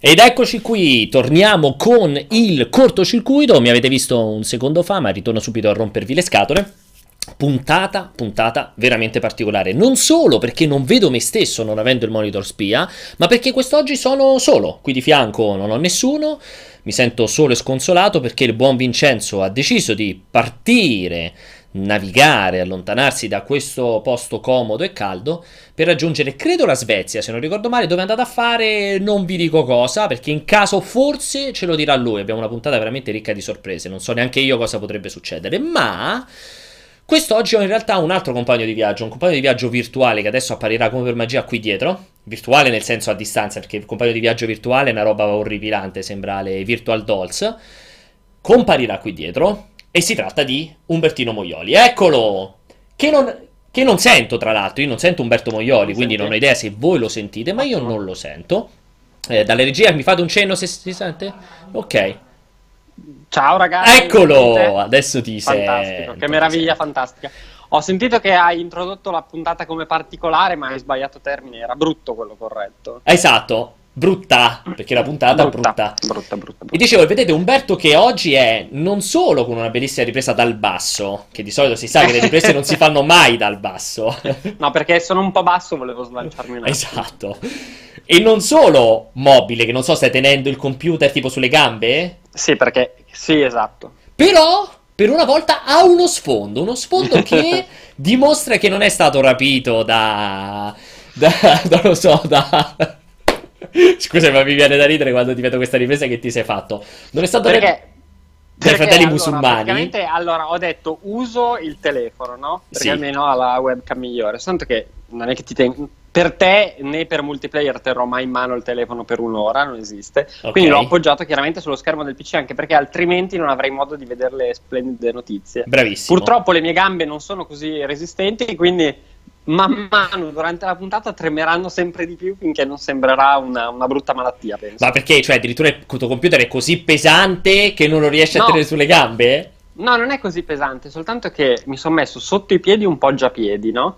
Ed eccoci qui, torniamo con il cortocircuito. Mi avete visto un secondo fa, ma ritorno subito a rompervi le scatole. Puntata veramente particolare. Non solo perché non vedo me stesso non avendo il monitor spia, ma perché quest'oggi sono solo. Qui di fianco non ho nessuno. Mi sento solo e sconsolato perché il buon Vincenzo ha deciso di partire, navigare, allontanarsi da questo posto comodo e caldo per raggiungere, credo, la Svezia, se non ricordo male. Dove è andato a fare non vi dico cosa, perché in caso forse ce lo dirà lui. Abbiamo una puntata veramente ricca di sorprese, non so neanche io cosa potrebbe succedere, ma quest'oggi ho in realtà un altro compagno di viaggio, un compagno di viaggio virtuale che adesso apparirà come per magia qui dietro. Virtuale nel senso a distanza, perché il compagno di viaggio virtuale è una roba orripilante, sembra le Virtual Dolls. Comparirà qui dietro e si tratta di Umbertino Moioli. Eccolo! Che non sento, tra l'altro. Io non sento Umberto Moioli, quindi non ho idea se voi lo sentite, ma io non lo sento. Dalle regie mi fate un cenno se si sente? Ok. Ciao ragazzi, Eccolo! Adesso ti fantastico, che sento. meraviglia fantastica. Ho sentito che hai introdotto la puntata come particolare, ma hai sbagliato termine, era brutto quello corretto. Esatto, brutta, perché la puntata è brutta. Brutta. E dicevo, vedete Umberto che oggi è non solo con una bellissima ripresa dal basso, che di solito si sa che le riprese non si fanno mai dal basso. No, perché sono un po' basso, volevo slanciarmi un attimo. Esatto. E non solo mobile, che non so, stai tenendo il computer tipo sulle gambe? Sì, perché, sì, esatto. Però, per una volta, ha uno sfondo che dimostra che non è stato rapito non lo so, Scusa, ma mi viene da ridere quando ti vedo questa ripresa che ti sei fatto. Non è stato Perché? dai fratelli allora, musulmani? praticamente, allora, ho detto uso il telefono, no? Perché Sì. almeno ha la webcam migliore. Tanto che non è che per te né per multiplayer terrò mai in mano il telefono per un'ora, non esiste. Ok. Quindi l'ho appoggiato chiaramente sullo schermo del PC, anche perché altrimenti non avrei modo di vedere le splendide notizie. Bravissimo. Purtroppo le mie gambe non sono così resistenti, quindi man mano durante la puntata tremeranno sempre di più finché non sembrerà una brutta malattia, penso. Ma perché, cioè, addirittura il tuo computer è così pesante che non lo riesci a No. tenere sulle gambe? No, non è così pesante, soltanto che mi sono messo sotto i piedi un poggiapiedi, no?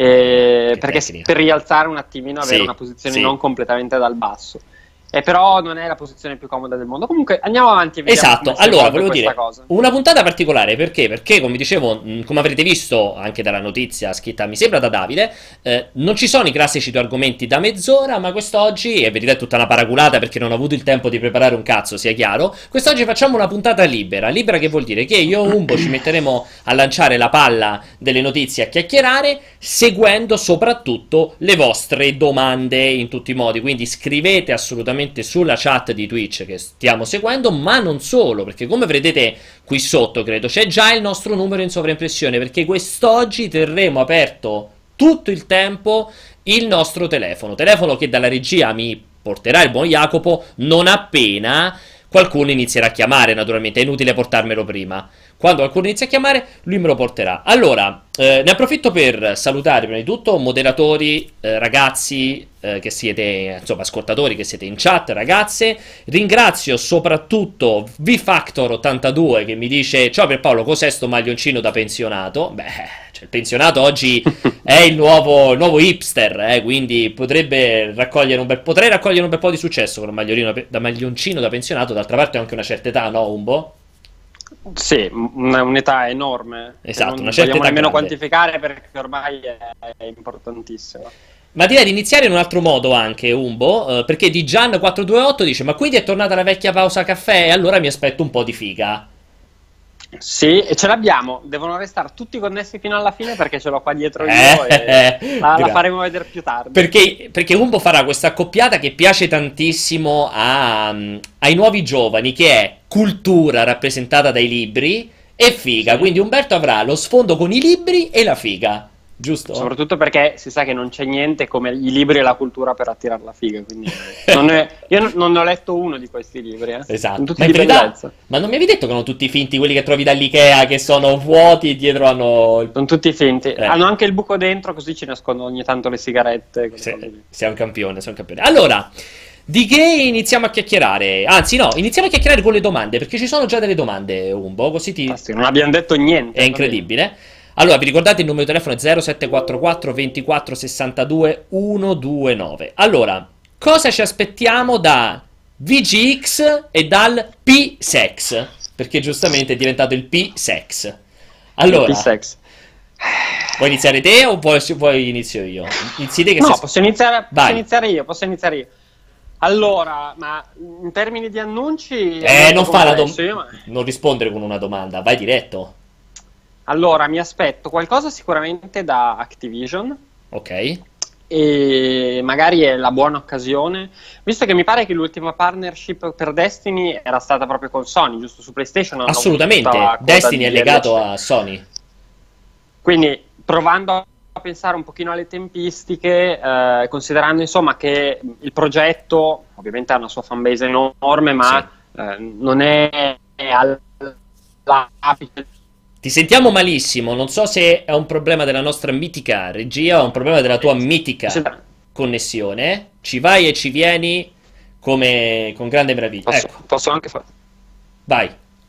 Perché tecnica. per rialzare un attimino, avere Sì, una posizione sì. non completamente dal basso. Però non è la posizione più comoda del mondo. Comunque andiamo avanti e vediamo Esatto, come si allora evolve volevo questa dire cosa. una puntata particolare perché? Perché come dicevo, come avrete visto anche dalla notizia scritta mi sembra da Davide, non ci sono i classici due argomenti da mezz'ora, ma quest'oggi, e vedete è tutta una paraculata perché non ho avuto il tempo di preparare un cazzo, sia chiaro, quest'oggi facciamo una puntata libera, libera che vuol dire che io e Umbo ci metteremo a lanciare la palla delle notizie, a chiacchierare, seguendo soprattutto le vostre domande in tutti i modi, quindi scrivete assolutamente sulla chat di Twitch che stiamo seguendo, ma non solo, perché come vedete qui sotto credo c'è già il nostro numero in sovraimpressione, perché quest'oggi terremo aperto tutto il tempo il nostro telefono che dalla regia mi porterà il buon Jacopo non appena qualcuno inizierà a chiamare. Naturalmente è inutile portarmelo prima. Quando qualcuno inizia a chiamare, lui me lo porterà. Allora, ne approfitto per salutare prima di tutto moderatori, ragazzi che siete, insomma, ascoltatori che siete in chat, ragazze. Ringrazio soprattutto VFactor82 che mi dice: ciao Pierpaolo, cos'è sto maglioncino da pensionato? Beh, cioè, il pensionato oggi è il nuovo hipster, quindi potrei raccogliere un bel po' di successo con un maglioncino da pensionato. D'altra parte ho anche una certa età, no, Umbo? Sì, un'età enorme. Esatto, che una non certa vogliamo età nemmeno grande. quantificare perché ormai è importantissima. Ma direi di iniziare in un altro modo anche, Umbo, perché di Gian428 dice: ma quindi è tornata la vecchia pausa caffè? E allora mi aspetto un po' di figa. Sì, e ce l'abbiamo. Devono restare tutti connessi fino alla fine perché ce l'ho qua dietro io e la faremo vedere più tardi. Perché Umbo farà questa accoppiata che piace tantissimo ai nuovi giovani, che è cultura rappresentata dai libri e figa. Sì. Quindi Umberto avrà lo sfondo con i libri e la figa, giusto? Soprattutto perché si sa che non c'è niente come i libri e la cultura per attirare la figa. Quindi io non ne ho letto uno di questi libri. Esatto. Sono tutti Ma in di verità, bellezza. ma non mi avevi detto che sono tutti finti quelli che trovi dall'Ikea, che sono vuoti e dietro hanno Sono tutti finti. Hanno anche il buco dentro, così ci nascondono ogni tanto le sigarette. Sei un campione, sei un campione. Allora, di che iniziamo a chiacchierare? Anzi, no, iniziamo a chiacchierare con le domande, perché ci sono già delle domande, Umbo, così ti... Non abbiamo detto niente. È incredibile. Allora, vi ricordate il numero di telefono è 0744 24 62 129. Allora, cosa ci aspettiamo da VGX e dal P-Sex, perché giustamente è diventato il P-Sex. Allora, P-Sex. vuoi iniziare te o vuoi inizio io? Inizi te che No, sei... posso iniziare Vai. posso iniziare io. Allora, ma in termini di annunci... Non fa la adesso io, non rispondere con una domanda, vai diretto. allora, mi aspetto qualcosa sicuramente da Activision, Ok. e magari è la buona occasione, visto che mi pare che l'ultima partnership per Destiny era stata proprio con Sony, giusto? Su PlayStation hanno avuto Assolutamente. tutta coda Destiny di è legato DLC. a Sony. Quindi provando a pensare un pochino alle tempistiche, considerando insomma che il progetto ovviamente ha una sua fanbase enorme, Sì. ma non è all'apice. Ti sentiamo malissimo, non so se è un problema della nostra mitica regia o un problema della tua mitica connessione. Ci vai e ci vieni come con grande meraviglia. Posso, Ecco, posso anche fare. vai.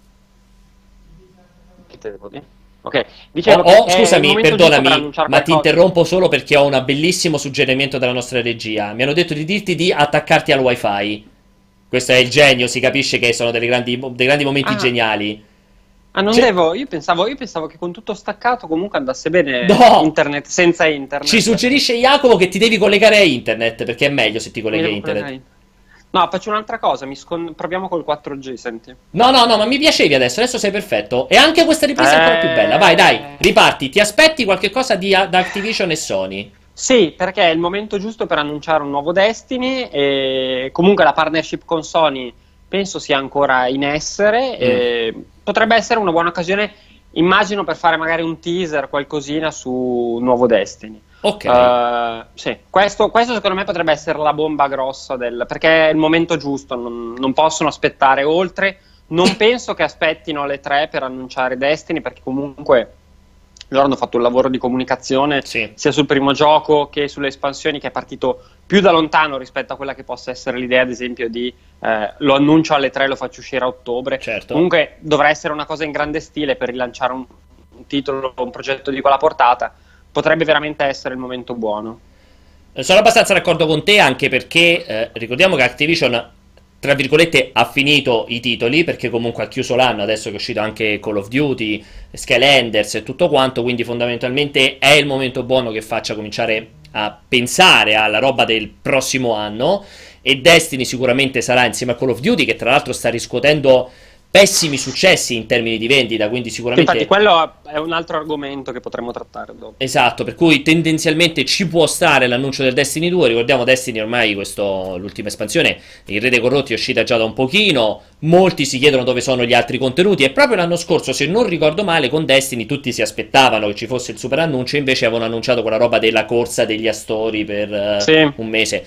Che te devo dire? Ok, dicevo che è il Scusami, momento giusto per perdonami, annunciare ma ti qualcosa. interrompo solo perché ho un bellissimo suggerimento dalla nostra regia. Mi hanno detto di dirti di attaccarti al wifi. Questo è il genio, si capisce che sono dei grandi momenti Ah, geniali. non Cioè, devo, io pensavo che con tutto staccato comunque andasse bene no! internet senza Ci internet. suggerisce Jacopo che ti devi collegare a internet, perché è meglio se ti Mi colleghi a devo internet. collegare. No, faccio un'altra cosa, proviamo col 4G, senti. No, no, no, ma mi piacevi adesso sei perfetto. E anche questa ripresa è ancora più bella. Vai, dai, riparti. Ti aspetti qualche cosa da Activision e Sony? Sì, perché è il momento giusto per annunciare un nuovo Destiny e comunque la partnership con Sony penso sia ancora in essere e potrebbe essere una buona occasione, immagino, per fare magari un teaser, qualcosina su un nuovo Destiny. Ok. Sì, questo secondo me potrebbe essere la bomba grossa perché è il momento giusto, non possono aspettare oltre. Non penso che aspettino alle 3 per annunciare Destiny, perché comunque loro hanno fatto un lavoro di comunicazione Sì, sia sul primo gioco che sulle espansioni, che è partito più da lontano rispetto a quella che possa essere l'idea, ad esempio, di lo annuncio alle 3, lo faccio uscire a ottobre. certo. Comunque dovrà essere una cosa in grande stile per rilanciare un titolo, un progetto di quella portata. Potrebbe veramente essere il momento buono. Sono abbastanza d'accordo con te anche perché ricordiamo che Activision, tra virgolette, ha finito i titoli perché comunque ha chiuso l'anno, adesso che è uscito anche Call of Duty, Skylanders e tutto quanto, quindi fondamentalmente è il momento buono che faccia cominciare a pensare alla roba del prossimo anno e Destiny sicuramente sarà insieme a Call of Duty che tra l'altro sta riscuotendo pessimi successi in termini di vendita, quindi sicuramente... Infatti quello è un altro argomento che potremo trattare dopo. Esatto, per cui tendenzialmente ci può stare l'annuncio del Destiny 2. Ricordiamo Destiny ormai, l'ultima espansione, il Re dei Corrotti è uscita già da un pochino. Molti si chiedono dove sono gli altri contenuti. E proprio l'anno scorso, se non ricordo male, con Destiny tutti si aspettavano che ci fosse il super annuncio. Invece avevano annunciato quella roba della corsa degli Astori per Sì. un mese.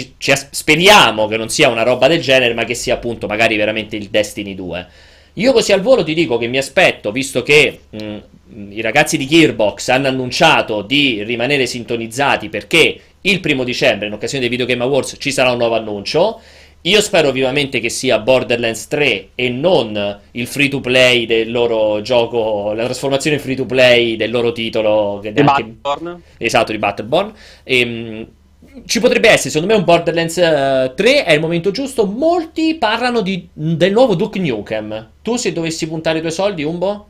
Speriamo che non sia una roba del genere, ma che sia appunto magari veramente il Destiny 2. Io così al volo ti dico che mi aspetto, visto che i ragazzi di Gearbox hanno annunciato di rimanere sintonizzati perché il 1° dicembre, in occasione dei Video Game Awards, ci sarà un nuovo annuncio. Io spero vivamente che sia Borderlands 3 e non il free to play del loro gioco, la trasformazione in free to play del loro titolo. Che Di neanche... Battleborn. Esatto, di Battleborn. Ci potrebbe essere, secondo me, un Borderlands 3 è il momento giusto. Molti parlano del nuovo Duke Nukem. Tu, se dovessi puntare i tuoi soldi, Umbo?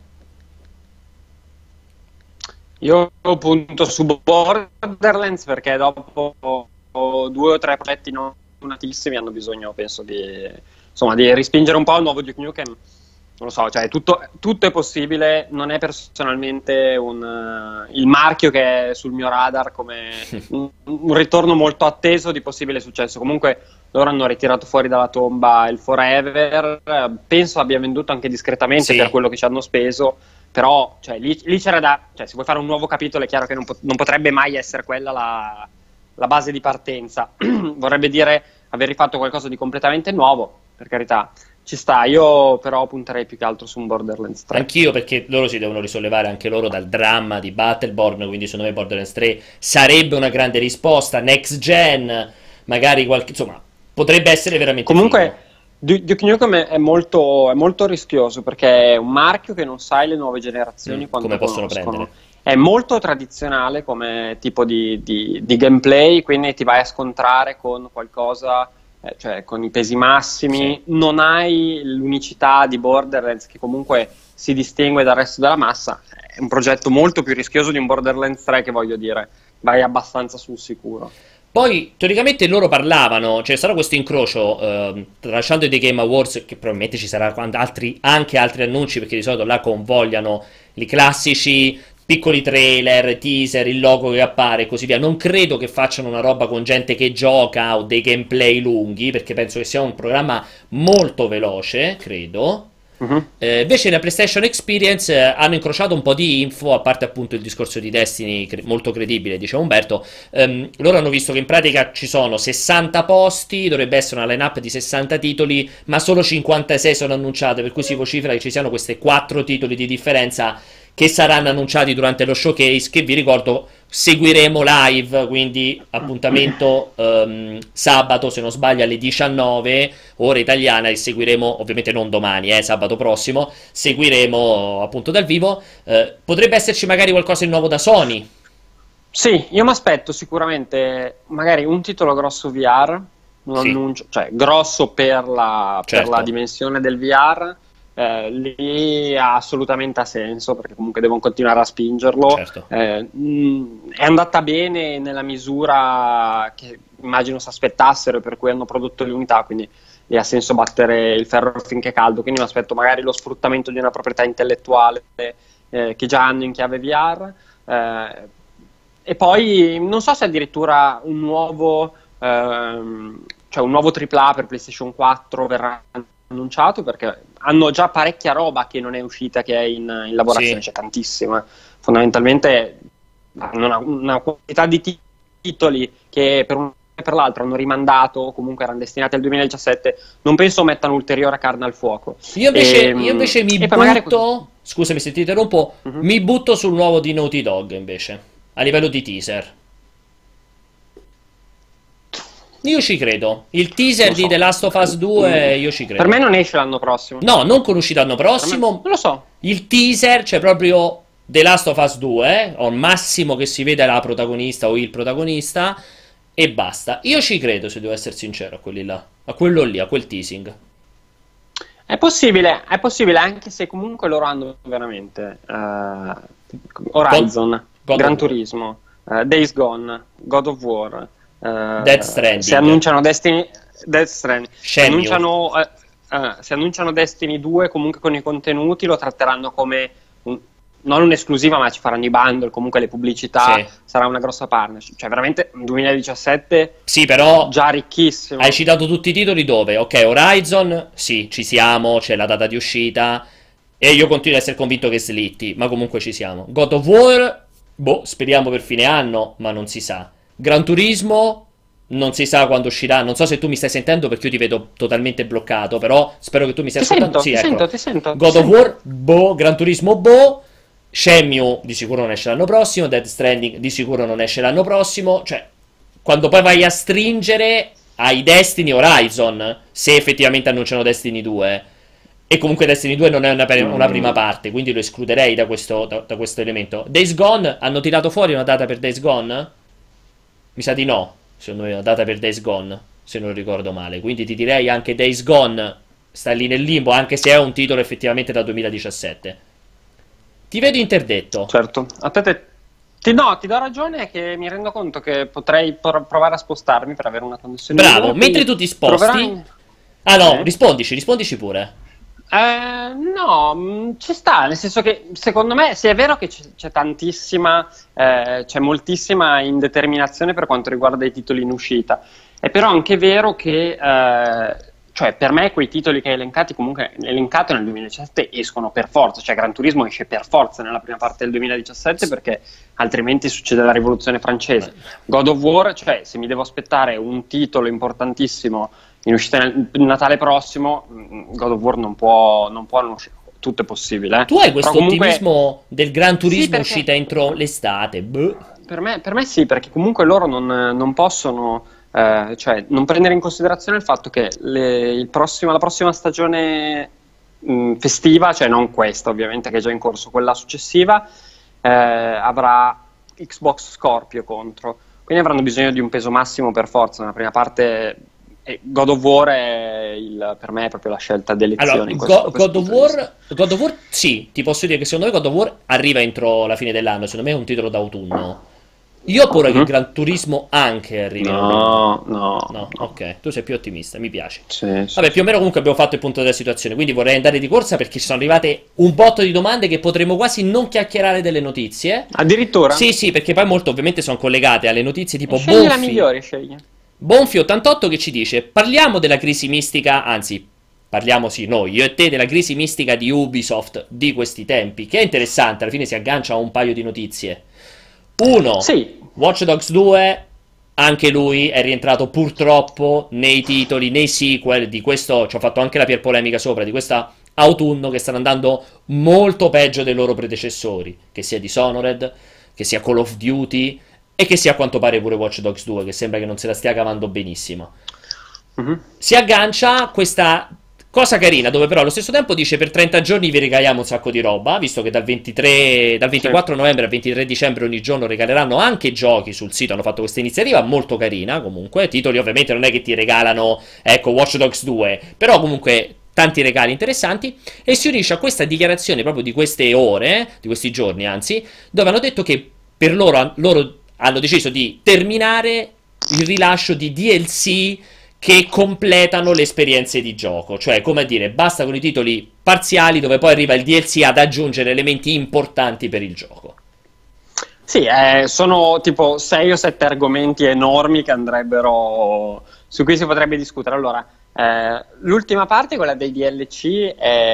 Io punto su Borderlands perché dopo 2 o 3 progetti non notissimi hanno bisogno, penso, di rispingere un po' il nuovo Duke Nukem. Non lo so, cioè tutto è possibile, non è personalmente il marchio che è sul mio radar come un ritorno molto atteso di possibile successo. Comunque loro hanno ritirato fuori dalla tomba il Forever, penso abbia venduto anche discretamente Sì. per quello che ci hanno speso, però cioè, lì c'era cioè, se vuoi fare un nuovo capitolo è chiaro che non potrebbe mai essere quella la base di partenza. Vorrebbe dire aver rifatto qualcosa di completamente nuovo, per carità. Ci sta, io però punterei più che altro su un Borderlands 3. Anch'io, perché loro si devono risollevare anche loro dal dramma di Battleborn, quindi secondo me Borderlands 3 sarebbe una grande risposta, next gen, magari qualche... insomma, potrebbe essere veramente Comunque, figo. Duke Nukem è molto rischioso perché è un marchio che non sai le nuove generazioni quando come possono conoscono. prendere. È molto tradizionale come tipo di gameplay, quindi ti vai a scontrare con qualcosa cioè con i pesi massimi, Sì. non hai l'unicità di Borderlands che comunque si distingue dal resto della massa. È un progetto molto più rischioso di un Borderlands 3, che voglio dire, vai abbastanza sul sicuro. Poi, teoricamente loro parlavano, c'è stato questo incrocio, tralasciando i The Game Awards, che probabilmente ci sarà anche altri annunci, perché di solito là convogliano i classici piccoli trailer, teaser, il logo che appare e così via. Non credo che facciano una roba con gente che gioca o dei gameplay lunghi, perché penso che sia un programma molto veloce, credo. Mhm. Invece la PlayStation Experience hanno incrociato un po' di info, a parte appunto il discorso di Destiny molto credibile, diceva Umberto. Loro hanno visto che in pratica ci sono 60 posti, dovrebbe essere una line-up di 60 titoli, ma solo 56 sono annunciate, per cui si vocifera che ci siano questi 4 titoli di differenza che saranno annunciati durante lo showcase, che vi ricordo seguiremo live, quindi appuntamento sabato, se non sbaglio, alle 19 ora italiana, e seguiremo ovviamente non domani, sabato prossimo, seguiremo appunto dal vivo. Potrebbe esserci magari qualcosa di nuovo da Sony. Sì, io mi aspetto sicuramente magari un titolo grosso VR, un Sì, annuncio, cioè grosso per la certo, dimensione del VR. Lì assolutamente ha senso, perché comunque devono continuare a spingerlo. certo. È andata bene nella misura che immagino si aspettassero, e per cui hanno prodotto le unità, quindi lì ha senso battere il ferro finché è caldo. Quindi mi aspetto magari lo sfruttamento di una proprietà intellettuale che già hanno in chiave VR. E poi non so se addirittura cioè un nuovo AAA per PlayStation 4 verrà annunciato, perché hanno già parecchia roba che non è uscita, che è in lavorazione, Sì. c'è tantissima. Fondamentalmente hanno una quantità di titoli che per un e per l'altro hanno rimandato, o comunque erano destinati al 2017. Non penso mettano ulteriore carne al fuoco. Io invece mi E poi magari butto, scusami se ti interrompo, Mhm. mi butto sul nuovo di Naughty Dog invece, a livello di teaser. Io ci credo. Il teaser Non di so. The Last of Us Mm. 2, io ci Per me credo. non esce l'anno prossimo. No, non con uscita l'anno Per me, prossimo. non lo so. Il teaser c'è proprio The Last of Us 2, o al massimo che si vede la protagonista o il protagonista, e basta. Io ci credo, se devo essere sincero, a quelli là. A quello lì, a quel teasing. È possibile, anche se comunque loro hanno veramente God, Horizon, God of Gran War. Turismo, Days Gone, God of War, Death se Stranding. annunciano Death Stranding, Shenmue. se annunciano Destiny 2, comunque con i contenuti lo tratteranno come non un'esclusiva, ma ci faranno i bundle, comunque le pubblicità, Sì. sarà una grossa partnership. Cioè veramente un 2017 Sì, però già hai ricchissimo. citato tutti i titoli dove? Ok, Horizon, sì, ci siamo, c'è la data di uscita. E io continuo ad essere convinto che slitti, ma comunque ci siamo. God of War, boh, speriamo per fine anno, ma non si sa. Gran Turismo, non si sa quando uscirà. Non so se tu mi stai sentendo perché io ti vedo totalmente bloccato, però spero che tu mi stia Ti ascoltando. sento, Sì, ti ecco. sento, ti sento, ti God of sento. War, boh, Gran Turismo, boh. Shenmue di sicuro non esce l'anno prossimo, Dead Stranding di sicuro non esce l'anno prossimo, cioè quando poi vai a stringere ai Destiny Horizon, se effettivamente annunciano Destiny 2, e comunque Destiny 2 non è una prima Mm. parte, quindi lo escluderei da questo elemento. Days Gone, hanno tirato fuori una data per Days Gone? Mi sa di no, secondo me una data per Days Gone, se non ricordo male, quindi ti direi anche Days Gone sta lì nel limbo, anche se è un titolo effettivamente da 2017. Ti vedo interdetto. Certo, no, ti do ragione, che mi rendo conto che potrei provare a spostarmi per avere una connessione Bravo, migliore, mentre quindi tu ti proverò sposti... Ah no, Sì? rispondici pure. No, ci sta, nel senso che secondo me, sì, è vero che c'è moltissima indeterminazione per quanto riguarda i titoli in uscita. È però anche vero che, cioè, per me quei titoli che hai elencati, comunque elencato nel 2017, escono per forza. Cioè Gran Turismo esce per forza nella prima parte del 2017, perché altrimenti succede la rivoluzione francese. God of War, cioè, se mi devo aspettare un titolo importantissimo in uscita nel Natale prossimo, God of War non può non uscire. Tutto è possibile, Tu hai però questo comunque ottimismo del Gran sì, Turismo perché uscita entro l'estate? Boh. per me sì, perché comunque loro non possono, cioè, non prendere in considerazione il fatto che la prossima stagione festiva, cioè non questa ovviamente che è già in corso, quella successiva, avrà Xbox Scorpio contro, quindi avranno bisogno di un peso massimo per forza. Nella prima parte God of War per me è proprio la scelta d'elezione Allora, in questo God of punto di vista. God of War, sì, ti posso dire che secondo me God of War arriva entro la fine dell'anno, secondo me è un titolo d'autunno. Io ho paura che Mhm. Gran Turismo anche arrivi in autunno. No, no, No, no. ok, tu sei più ottimista, mi piace. Sì, sì, Vabbè, più o sì. meno comunque abbiamo fatto il punto della situazione, quindi vorrei andare di corsa perché ci sono arrivate un botto di domande che potremmo quasi non chiacchierare delle notizie. Addirittura? Sì, sì, perché poi molto ovviamente sono collegate alle notizie tipo Scegli la migliore, scegli. Bonfi88 che ci dice: parliamo della crisi mistica, anzi, parliamo sì, noi, io e te, della crisi mistica di Ubisoft di questi tempi, che è interessante, alla fine si aggancia a un paio di notizie. Uno, Sì. Watch Dogs 2, anche lui è rientrato purtroppo nei titoli, nei sequel di questo, ci ho fatto anche la polemica sopra, di questa autunno che stanno andando molto peggio dei loro predecessori, che sia Dishonored, che sia Call of Duty e che sia a quanto pare pure Watch Dogs 2, che sembra che non se la stia cavando benissimo. Mhm. Si aggancia a questa cosa carina, dove però allo stesso tempo dice per 30 giorni vi regaliamo un sacco di roba, visto che dal Sì. 24 novembre al 23 dicembre ogni giorno regaleranno anche giochi sul sito, hanno fatto questa iniziativa molto carina comunque, titoli ovviamente non è che ti regalano, ecco, Watch Dogs 2, però comunque tanti regali interessanti, e si unisce a questa dichiarazione proprio di queste ore, di questi giorni anzi, dove hanno detto che per loro hanno deciso di terminare il rilascio di DLC che completano le esperienze di gioco, cioè come a dire, basta con i titoli parziali dove poi arriva il DLC ad aggiungere elementi importanti per il gioco. Sì, sono tipo 6 o 7 argomenti enormi che andrebbero, su cui si potrebbe discutere. Allora, l'ultima parte, quella dei DLC,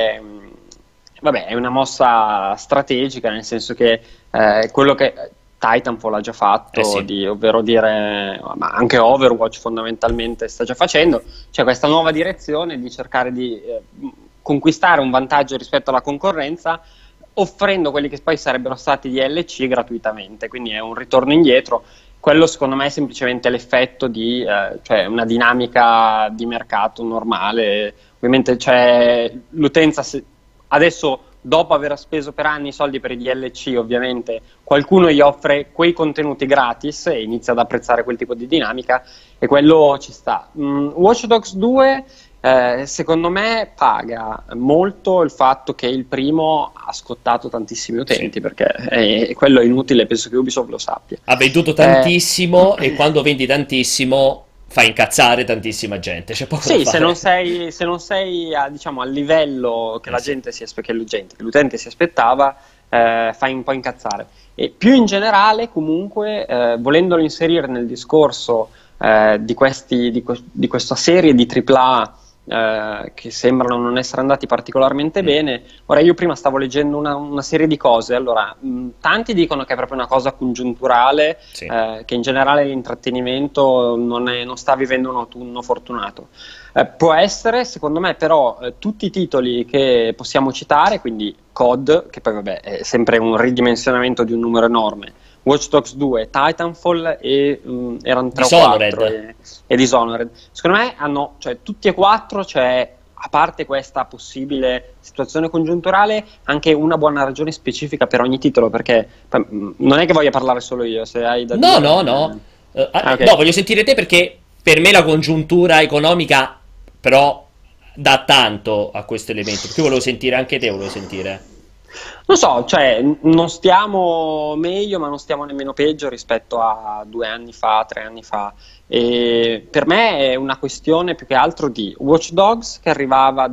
vabbè, è una mossa strategica, nel senso che quello che Titanfall ha già Eh fatto, sì. ovvero dire, ma anche Overwatch fondamentalmente sta già facendo, cioè questa nuova direzione di cercare di conquistare un vantaggio rispetto alla concorrenza offrendo quelli che poi sarebbero stati DLC gratuitamente, quindi è un ritorno indietro. Quello secondo me è semplicemente l'effetto di cioè una dinamica di mercato normale. Ovviamente c'è l'utenza adesso, dopo aver speso per anni i soldi per i DLC, ovviamente qualcuno gli offre quei contenuti gratis e inizia ad apprezzare quel tipo di dinamica, e quello ci sta. Watch Dogs 2 secondo me paga molto il fatto che il primo ha scottato tantissimi Sì. utenti, perché quello è inutile, penso che Ubisoft lo sappia. Ha venduto Eh, tantissimo e quando vendi tantissimo fai incazzare tantissima gente, c'è poco da sì, fare. se non sei diciamo, al livello che Eh sì. che l'utente si aspettava, fai un po' incazzare. E più in generale, comunque, volendolo inserire nel discorso di questa serie di AAA che sembrano non essere andati particolarmente Mm, bene. Ora, io prima stavo leggendo una serie di cose. Allora, tanti dicono che è proprio una cosa congiunturale, sì. che in generale l'intrattenimento non sta vivendo un autunno fortunato. Può essere, secondo me, però, tutti i titoli che possiamo citare, quindi COD, che poi vabbè è sempre un ridimensionamento di un numero enorme, Watch Dogs 2, Titanfall e erano 3 o 4 Dishonored. e Dishonored. Secondo me hanno, cioè, tutti e quattro, cioè, a parte questa possibile situazione congiunturale, anche una buona ragione specifica per ogni titolo, perché non è che voglia parlare solo io, se hai da No, dire. no, no. No, Ok. voglio sentire te perché per me la congiuntura economica però dà tanto a questo elemento. Perché io volevo sentire anche te, volevo sentire. Non so, cioè, non stiamo meglio, ma non stiamo nemmeno peggio rispetto a 2 anni fa, 3 anni fa. E per me è una questione più che altro di Watch Dogs, che arrivava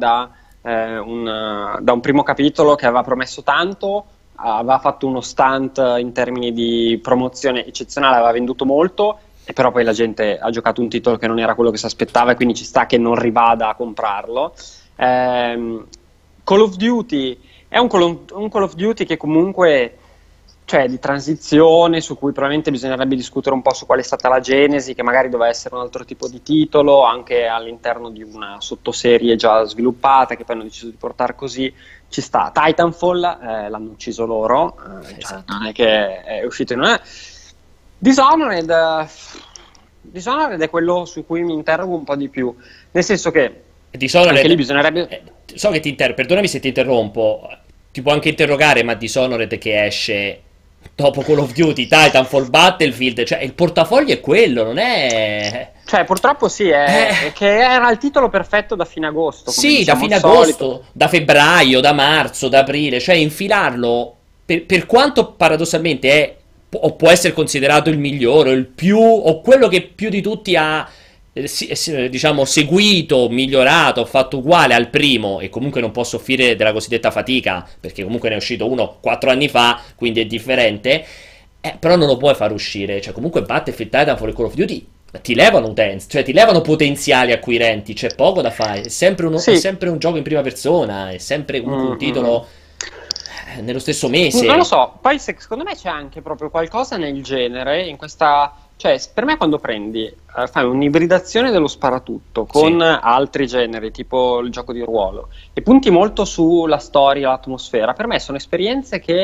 da un primo capitolo che aveva promesso tanto, aveva fatto uno stunt in termini di promozione eccezionale, aveva venduto molto, e però poi la gente ha giocato un titolo che non era quello che si aspettava, e quindi ci sta che non rivada a comprarlo. Call of Duty è un Call of Duty che comunque, cioè, di transizione, su cui probabilmente bisognerebbe discutere un po' su qual è stata la genesi, che magari doveva essere un altro tipo di titolo, anche all'interno di una sottoserie già sviluppata, che poi hanno deciso di portare così, ci sta. Titanfall l'hanno ucciso loro, cioè, Esatto. non è che è uscito in una... Dishonored, Dishonored è quello su cui mi interrogo un po' di più, nel senso che anche lì Dishonored, bisognerebbe... so che perdonami se ti interrompo, ti può anche interrogare, ma Dishonored che esce dopo Call of Duty, Titanfall, Battlefield, cioè il portafoglio è quello, non è... Cioè, purtroppo sì, è che era il titolo perfetto da fine agosto, come Sì, da diciamo fine al solito. agosto, da febbraio, da marzo, da aprile, cioè infilarlo, per quanto paradossalmente è, o può essere considerato il migliore, il più, o quello che più di tutti ha, diciamo, seguito, migliorato, fatto uguale al primo, e comunque non può soffrire della cosiddetta fatica, perché comunque ne è uscito uno 4 anni fa, quindi è differente, però non lo puoi far uscire, cioè comunque Battlefield, Titanfall e Call of Duty ti levano utenze, cioè ti levano potenziali acquirenti, c'è poco da fare, è Sì. sempre un gioco in prima persona, è sempre comunque un Mm. titolo nello stesso Non lo mese. so, poi secondo me c'è anche proprio qualcosa nel genere, in questa... Cioè, per me quando prendi, fai un'ibridazione dello sparatutto Sì, con altri generi, tipo il gioco di ruolo, e punti molto sulla storia, l'atmosfera, per me sono esperienze che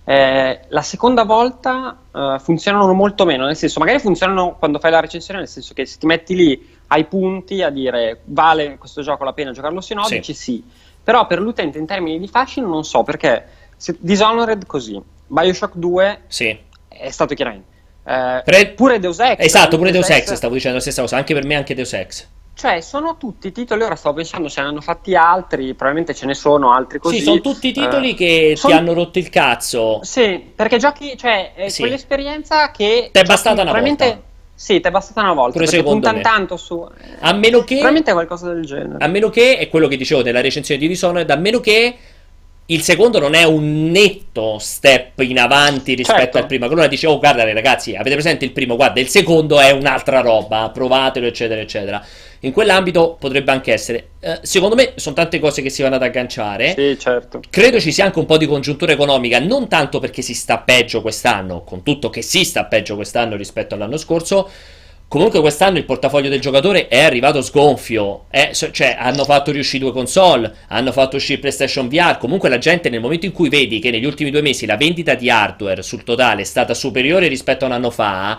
la seconda volta funzionano molto meno, nel senso, magari funzionano quando fai la recensione, nel senso che se ti metti lì ai punti a dire vale questo gioco la pena giocarlo se no, sì, dici sì. Però per l'utente in termini di fascino non so, perché Dishonored così, Bioshock 2 sì. è stato chiaramente. Pre- Pure Deus Ex, esatto, pure Deus Deus Ex, Ex, stavo dicendo la stessa cosa, anche per me anche Deus Ex. cioè sono tutti titoli, ora stavo pensando se ne hanno fatti altri, probabilmente ce ne sono altri Sì, sono così. tutti titoli che ti Son- hanno rotto il cazzo. sì, perché giochi, cioè è Sì, quell'esperienza che ti è giochi, bastata una volta, probabilmente sì, ti è bastata una volta, pure perché secondo puntano me. tanto su... A meno che probabilmente è qualcosa del A genere. meno che, è quello che dicevo nella recensione di Dishonored, a meno che il secondo non è un netto step in avanti rispetto al Certo. primo. Allora dice, oh guarda ragazzi, avete presente il primo? Guarda, il secondo è un'altra roba, provatelo, eccetera, eccetera. In quell'ambito potrebbe anche essere. Secondo me sono tante cose che si vanno ad agganciare. Sì, certo. Credo ci sia anche un po' di congiuntura economica, non tanto perché si sta peggio quest'anno, con tutto che si sta peggio quest'anno rispetto all'anno scorso. Comunque quest'anno il portafoglio del giocatore è arrivato sgonfio, cioè hanno fatto riuscire due console, hanno fatto uscire PlayStation VR, comunque la gente nel momento in cui vedi che negli ultimi 2 mesi la vendita di hardware sul totale è stata superiore rispetto a un anno fa,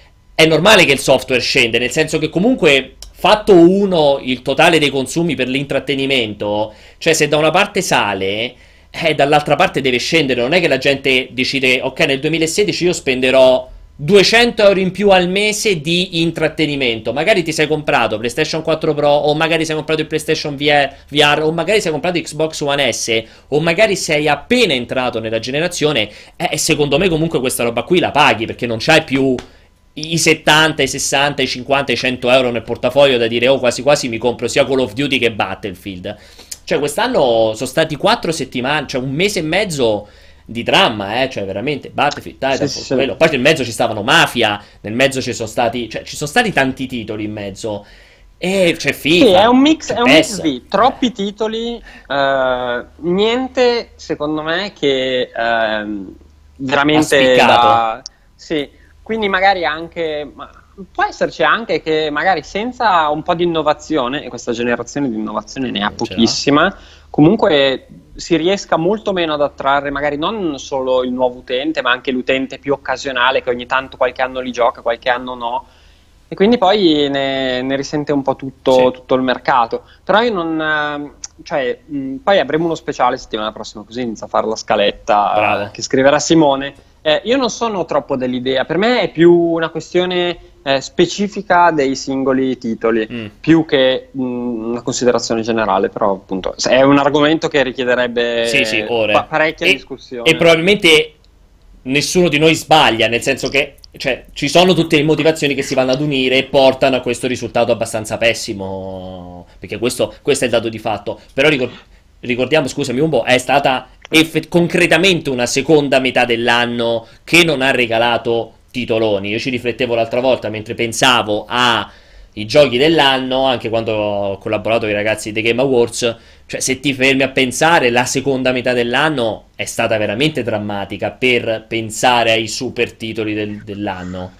è normale che il software scende, nel senso che comunque fatto uno il totale dei consumi per l'intrattenimento, cioè se da una parte sale, dall'altra parte deve scendere, non è che la gente decide, ok, nel 2016 io spenderò 200 euro in più al mese di intrattenimento. Magari ti sei comprato PlayStation 4 Pro, o magari sei comprato il PlayStation VR, o magari sei comprato Xbox One S, o magari sei appena entrato nella generazione. E secondo me, comunque, questa roba qui la paghi perché non c'hai più i 70, i 60, i 50, i 100 euro nel portafoglio da dire, oh, quasi quasi mi compro sia Call of Duty che Battlefield. Cioè, quest'anno sono stati 4 settimane, cioè un mese e mezzo di dramma, cioè veramente Battlefield, Sì, Titanfall, sì, sì. quello. Poi nel mezzo ci stavano Mafia, nel mezzo ci sono stati, cioè ci sono stati tanti titoli in mezzo. E c'è Sì, FIFA, c'è è un mix PES. di troppi titoli, niente secondo me che Ha veramente spiccato. da... Sì, quindi magari anche... può esserci anche che magari senza un po' di innovazione, e questa generazione di innovazione ne ha Non ce l'ha. pochissima, comunque si riesca molto meno ad attrarre magari non solo il nuovo utente, ma anche l'utente più occasionale che ogni tanto qualche anno li gioca, qualche anno no. E quindi poi ne risente un po' Sì, tutto il mercato. Però io non... cioè, poi avremo uno speciale settimana prossima, così inizia a fare la scaletta bravo. che scriverà Simone. Io non sono troppo dell'idea, per me è più una questione specifica dei singoli titoli, Mm. più che una considerazione generale, però appunto è un argomento che Sì, sì, richiederebbe ore. parecchia E discussione. probabilmente nessuno di noi sbaglia, nel senso che cioè, ci sono tutte le motivazioni che si vanno ad unire e portano a questo risultato abbastanza pessimo, perché questo è il dato di fatto. Però ricordiamo, scusami Umbo, è stata concretamente una seconda metà dell'anno che non ha regalato titoloni. Io ci riflettevo l'altra volta mentre pensavo ai giochi dell'anno, anche quando ho collaborato con i ragazzi dei Game Awards, cioè se ti fermi a pensare, la seconda metà dell'anno è stata veramente drammatica per pensare ai super titoli dell'anno.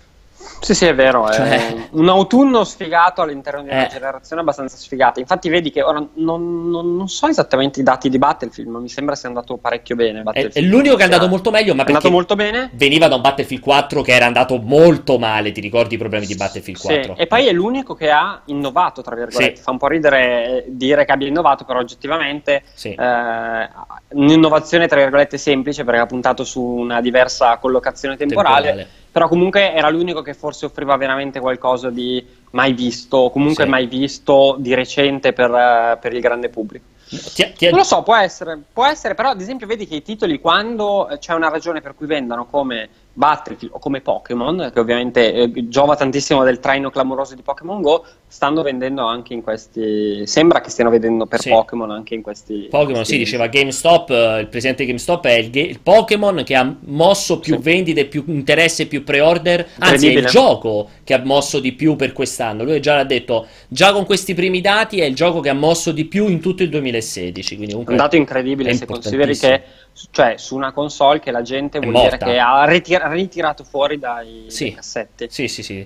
Sì, sì, è vero, Cioè, è un autunno sfigato all'interno di una eh, generazione abbastanza sfigata. Infatti vedi che ora non so esattamente i dati di Battlefield, ma mi sembra sia andato parecchio bene è Battlefield l'unico 1, che è andato molto meglio, ma è andato perché molto bene. veniva da un Battlefield 4 che era andato molto male, ti ricordi i problemi di Battlefield Sì, 4? e poi è l'unico che ha innovato, tra Sì, virgolette. Fa un po' ridere dire che abbia innovato, però oggettivamente sì, un'innovazione, tra virgolette, semplice perché ha puntato su una diversa collocazione temporale, temporale. però comunque era l'unico che forse offriva veramente qualcosa di mai visto, o comunque Sì. mai visto di recente per il grande pubblico. Non lo so, può essere, però ad esempio vedi che i titoli quando c'è una ragione per cui vendano come Battlefield o come Pokémon, che ovviamente giova tantissimo del traino clamoroso di Pokémon Go, stanno vendendo anche in questi, sembra che stiano vendendo per Sì. Pokémon anche in questi, Pokémon, sì, diceva GameStop, il presidente di GameStop è il Pokémon che ha mosso più sì, vendite, più interesse, più pre-order, anzi è il incredibile. gioco che ha mosso di più per quest'anno. Lui già l'ha detto, già con questi primi dati è il gioco che ha mosso di più in tutto il 2016, quindi È un comunque dato è incredibile se consideri importantissimo. che, cioè, su una console che la gente È vuol dire morta. che ha ritirato fuori dai Sì, cassetti. sì, sì, sì.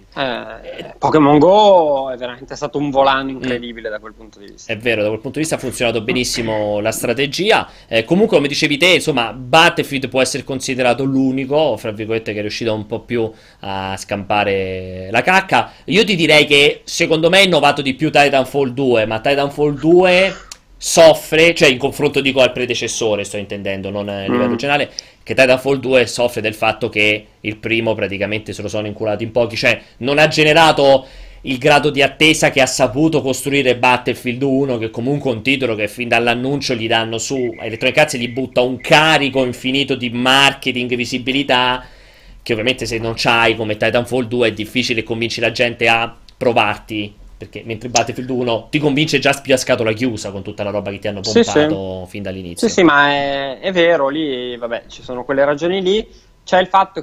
Pokémon Go è veramente stato un volano Mm. incredibile da quel punto di vista. È vero, da quel punto di vista ha funzionato benissimo la strategia. Comunque, come dicevi te, insomma, Battlefield può essere considerato l'unico, fra virgolette, che è riuscito un po' più a scampare la cacca. Io ti direi che secondo me è innovato di più Titanfall 2, ma Titanfall 2 soffre, cioè in confronto dico al predecessore, sto intendendo, non a livello Mm. generale, che Titanfall 2 soffre del fatto che il primo praticamente se lo sono inculato in pochi, cioè non ha generato il grado di attesa che ha saputo costruire Battlefield 1, che comunque è un titolo che fin dall'annuncio gli danno su, Electronic Arts gli butta un carico infinito di marketing, visibilità, che ovviamente se non c'hai come Titanfall 2 è difficile convinci la gente a provarti, perché mentre Battlefield 1 ti convince già più a scatola chiusa con tutta la roba che ti hanno Sì, sì. pompato fin Sì, dall'inizio. sì, ma è vero, lì, vabbè, ci sono quelle ragioni lì. C'è il fatto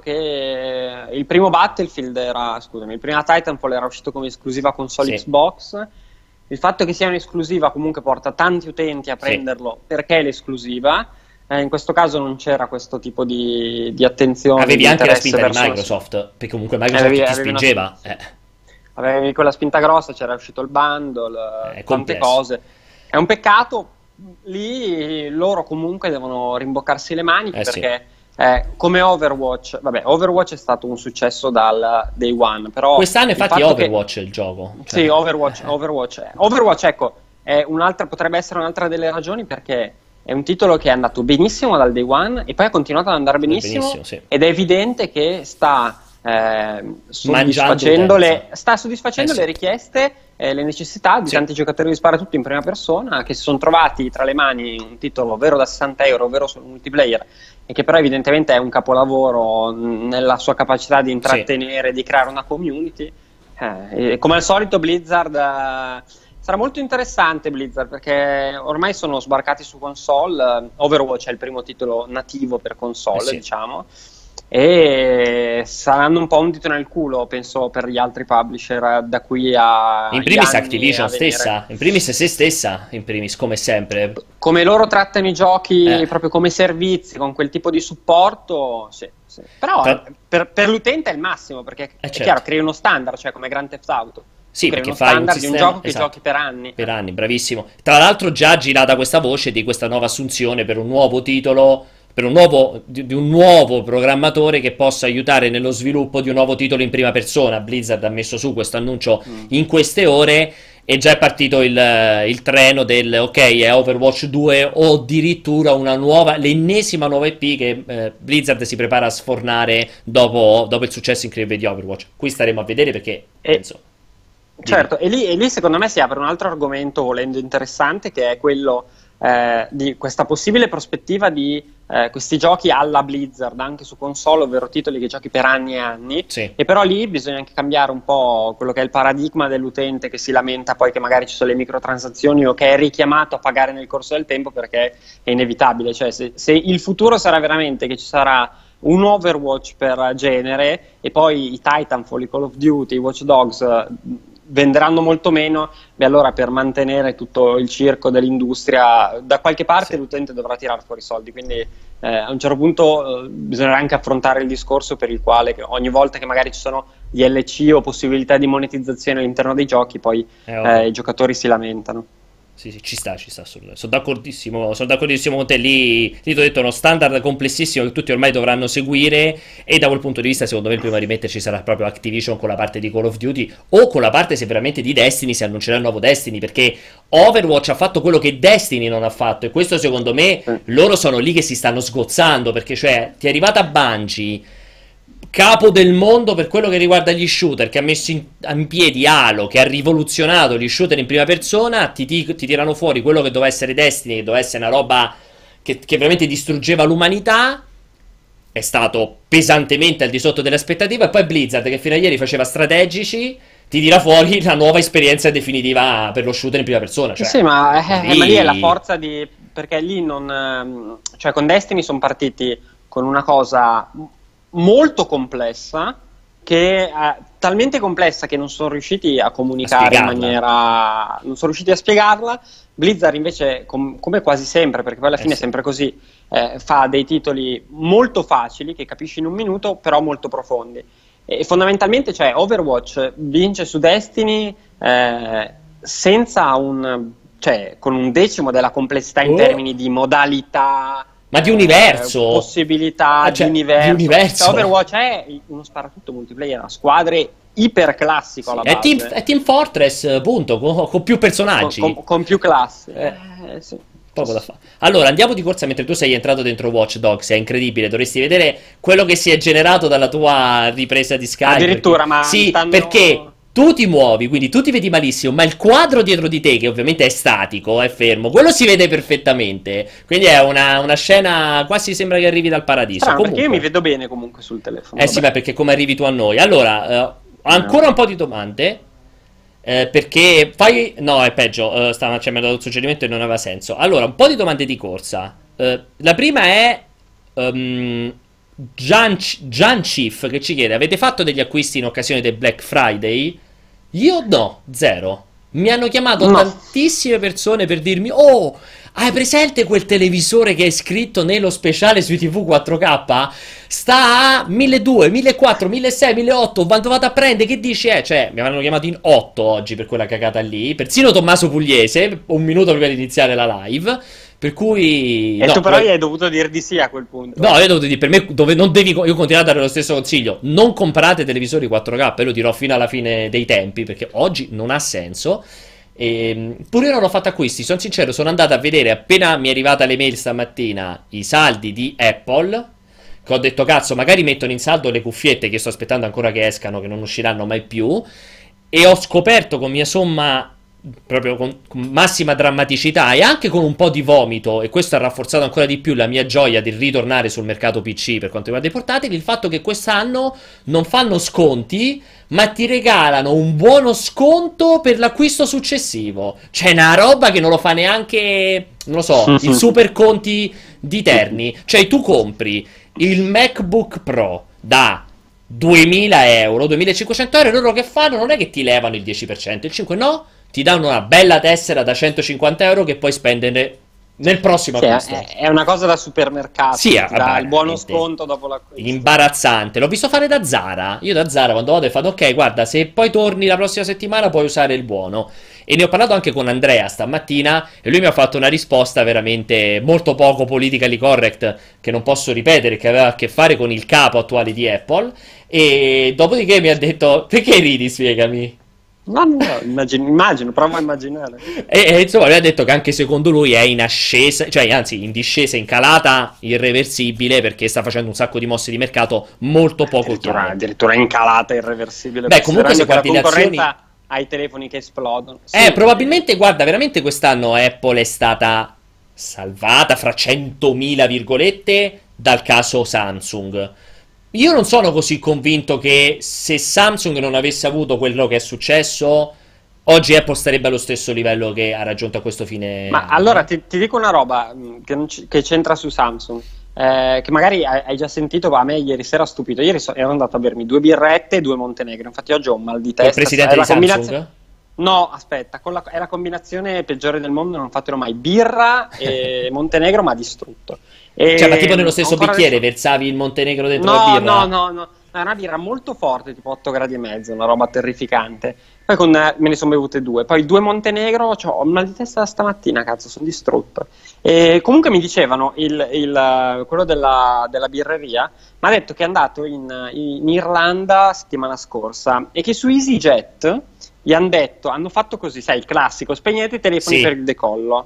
che il primo Battlefield era, scusami, il primo Titanfall era uscito come esclusiva console Sì, Xbox. Il fatto che sia un'esclusiva comunque porta tanti utenti a sì. prenderlo perché è l'esclusiva. In questo caso non c'era questo tipo di attenzione, Avevi di anche la interesse spinta di verso Microsoft, perché comunque Microsoft ti avevi spingeva. avevi quella spinta grossa, c'era uscito il bundle, È tante complesso. cose. È un peccato, lì loro comunque devono rimboccarsi le maniche Sì. perché come Overwatch, vabbè, Overwatch è stato un successo dal day one, però Quest'anno il infatti è fatto che Overwatch il gioco. sì, Cioè, Overwatch, ecco, è potrebbe essere un'altra delle ragioni perché è un titolo che è andato benissimo dal day one e poi ha continuato ad andare benissimo benissimo, sì. ed è evidente che sta Mangiando soddisfacendo sì. le richieste, le necessità di Sì. tanti giocatori di sparatutto in prima persona che si sono trovati tra le mani un titolo vero da 60 euro, vero solo multiplayer e che però evidentemente è un capolavoro nella sua capacità di intrattenere, di creare una community. E come al solito Blizzard sarà molto interessante Blizzard perché ormai sono sbarcati su console. Overwatch è il primo titolo nativo per console, Sì. diciamo, e saranno un po' un dito nel culo, penso, per gli altri publisher da qui a In primis anni Activision a venire. stessa, in primis se stessa, in primis come sempre. Come loro trattano i giochi Eh. proprio come servizi, con quel tipo di supporto, sì, sì. Però Tra- per l'utente è il massimo, perché è certo. chiaro, crei uno standard, cioè come Grand Theft Auto. Sì, Crei perché uno fai un standard di un sistema, gioco che esatto, giochi per anni. per anni, bravissimo. Tra l'altro già girata questa voce di questa nuova assunzione per un nuovo titolo, per un nuovo, di un nuovo programmatore che possa aiutare nello sviluppo di un nuovo titolo in prima persona. Blizzard ha messo su questo annuncio in queste ore e già è partito il treno del ok, è Overwatch 2 o addirittura una nuova, l'ennesima nuova IP che Blizzard si prepara a sfornare dopo il successo incredibile di Overwatch. Qui staremo a vedere perché penso. Certo, e lì secondo me si apre un altro argomento volendo interessante che è quello di questa possibile prospettiva di questi giochi alla Blizzard anche su console, ovvero titoli che giochi per anni e anni. Sì. E però lì bisogna anche cambiare un po' quello che è il paradigma dell'utente che si lamenta poi che magari ci sono le microtransazioni o che è richiamato a pagare nel corso del tempo perché è inevitabile, cioè se il futuro sarà veramente che ci sarà un Overwatch per genere e poi i Titanfall, i Call of Duty, i Watch Dogs venderanno molto meno, beh allora per mantenere tutto il circo dell'industria da qualche parte l'utente dovrà tirare fuori i soldi, quindi a un certo punto bisognerà anche affrontare il discorso per il quale ogni volta che magari ci sono DLC o possibilità di monetizzazione all'interno dei giochi, poi i giocatori si lamentano. Sì, ci sta assolutamente. Sono d'accordissimo con te. Lì ti ho detto uno standard complessissimo che tutti ormai dovranno seguire. E da quel punto di vista, secondo me, il primo a rimetterci sarà proprio Activision con la parte di Call of Duty. O con la parte, se veramente, di Destiny, se annuncerà il nuovo Destiny. Perché Overwatch ha fatto quello che Destiny non ha fatto. E questo, secondo me, loro sono lì che si stanno sgozzando. Perché, cioè, ti è arrivata Bungie, capo del mondo per quello che riguarda gli shooter, che ha messo in piedi Halo, che ha rivoluzionato gli shooter in prima persona, ti tirano fuori quello che doveva essere Destiny, che doveva essere una roba che veramente distruggeva l'umanità. È stato pesantemente al di sotto delle aspettative. E poi Blizzard, che fino a ieri faceva strategici, ti tira fuori la nuova esperienza definitiva per lo shooter in prima persona. Cioè, sì, ma lì è la forza di... perché lì non... cioè con Destiny sono partiti con una cosa molto complessa, talmente complessa che non sono riusciti a comunicare in maniera, non sono riusciti a spiegarla. Blizzard invece, come quasi sempre, perché poi alla fine è sempre così, fa dei titoli molto facili che capisci in un minuto, però molto profondi. E fondamentalmente, cioè, Overwatch vince su Destiny senza cioè con un decimo della complessità in termini di modalità, ma di universo, possibilità, cioè, di universo. Cioè, Overwatch è uno sparatutto multiplayer a squadre iper classico alla base. È Team Fortress, punto, con più personaggi, con più classi. Sì. Poco da fare. Allora, andiamo di corsa mentre tu sei entrato dentro Watch Dogs. È incredibile, dovresti vedere quello che si è generato dalla tua ripresa di Skype. Addirittura, ma sì, perché tu ti muovi, quindi tu ti vedi malissimo, ma il quadro dietro di te, che ovviamente è statico, è fermo, quello si vede perfettamente. Quindi è una scena, quasi sembra che arrivi dal paradiso. Comunque, perché io mi vedo bene comunque sul telefono. Sì, ma perché come arrivi tu a noi. Allora, ancora un po' di domande. Perché fai... No, è peggio, mi ha dato il suggerimento e non aveva senso. Allora, un po' di domande di corsa. La prima è Gian Chief, che ci chiede: avete fatto degli acquisti in occasione del Black Friday? Io no, zero. Mi hanno chiamato tantissime persone per dirmi: oh, hai presente quel televisore che è scritto nello speciale sui TV 4K? Sta a 1200, 1400, 1600, 1800, quando vado a prendere, che dici? Cioè, mi avevano chiamato in 8 oggi per quella cagata lì. Persino Tommaso Pugliese, un minuto prima di iniziare la live. Per cui... E tu però gli hai dovuto dire di sì a quel punto. No, io ho dovuto dire, per me, io continuo a dare lo stesso consiglio: non comprate televisori 4K, e lo dirò fino alla fine dei tempi, perché oggi non ha senso. Pure io non ho fatto acquisti, sono sincero, sono andato a vedere appena mi è arrivata l'email stamattina i saldi di Apple, che ho detto cazzo, magari mettono in saldo le cuffiette che sto aspettando ancora che escano, che non usciranno mai più, e ho scoperto con mia somma, proprio con massima drammaticità e anche con un po' di vomito, e questo ha rafforzato ancora di più la mia gioia di ritornare sul mercato PC per quanto riguarda i portatili, il fatto che quest'anno non fanno sconti, ma ti regalano un buono sconto per l'acquisto successivo. C'è una roba che non lo fa neanche, non lo so, il super conti di Terni. Cioè tu compri il MacBook Pro da 2000 euro, 2500 euro, e loro che fanno? Non è che ti levano il 10%, il 5%, no, ti danno una bella tessera da 150 euro che puoi spendere nel prossimo acquisto. È una cosa da supermercato, sì, dà il buono sconto dopo l'acquisto. Imbarazzante. L'ho visto fare da Zara. Io da Zara quando vado e fanno: ok, guarda, se poi torni la prossima settimana puoi usare il buono. E ne ho parlato anche con Andrea stamattina, e lui mi ha fatto una risposta veramente molto poco politically correct, che non posso ripetere, che aveva a che fare con il capo attuale di Apple. E dopodiché mi ha detto: perché ridi, spiegami. No, immagino, provo a immaginare. E insomma, lui ha detto che anche secondo lui è in ascesa, cioè anzi in discesa, in calata irreversibile, perché sta facendo un sacco di mosse di mercato molto poco chiare. Addirittura in calata irreversibile. Beh, comunque se guardi la concorrenza ai telefoni che esplodono. Probabilmente, guarda, veramente quest'anno Apple è stata salvata fra 100.000 virgolette dal caso Samsung. Io non sono così convinto che se Samsung non avesse avuto quello che è successo, oggi Apple starebbe allo stesso livello che ha raggiunto a questo fine. Ma allora ti dico una roba che c'entra su Samsung, che magari hai già sentito, ma a me ieri sera ha stupito. Ieri ero andato a bermi 2 birrette e 2 Montenegro, infatti oggi ho un mal di testa. Il presidente di Samsung? No, aspetta, è la combinazione peggiore del mondo, non fatelo mai. Birra e Montenegro mi ha distrutto. Cioè, ma tipo nello stesso bicchiere versavi il Montenegro dentro la birra? No. Era una birra molto forte, tipo 8 gradi e mezzo, una roba terrificante. Poi me ne sono bevute 2. Poi 2 Montenegro, cioè, ho mal di testa stamattina, cazzo, sono distrutto. E comunque mi dicevano, quello della birreria, mi ha detto che è andato in Irlanda settimana scorsa e che su EasyJet gli hanno detto, hanno fatto così, sai, il classico, spegnete i telefoni Sì. per il decollo.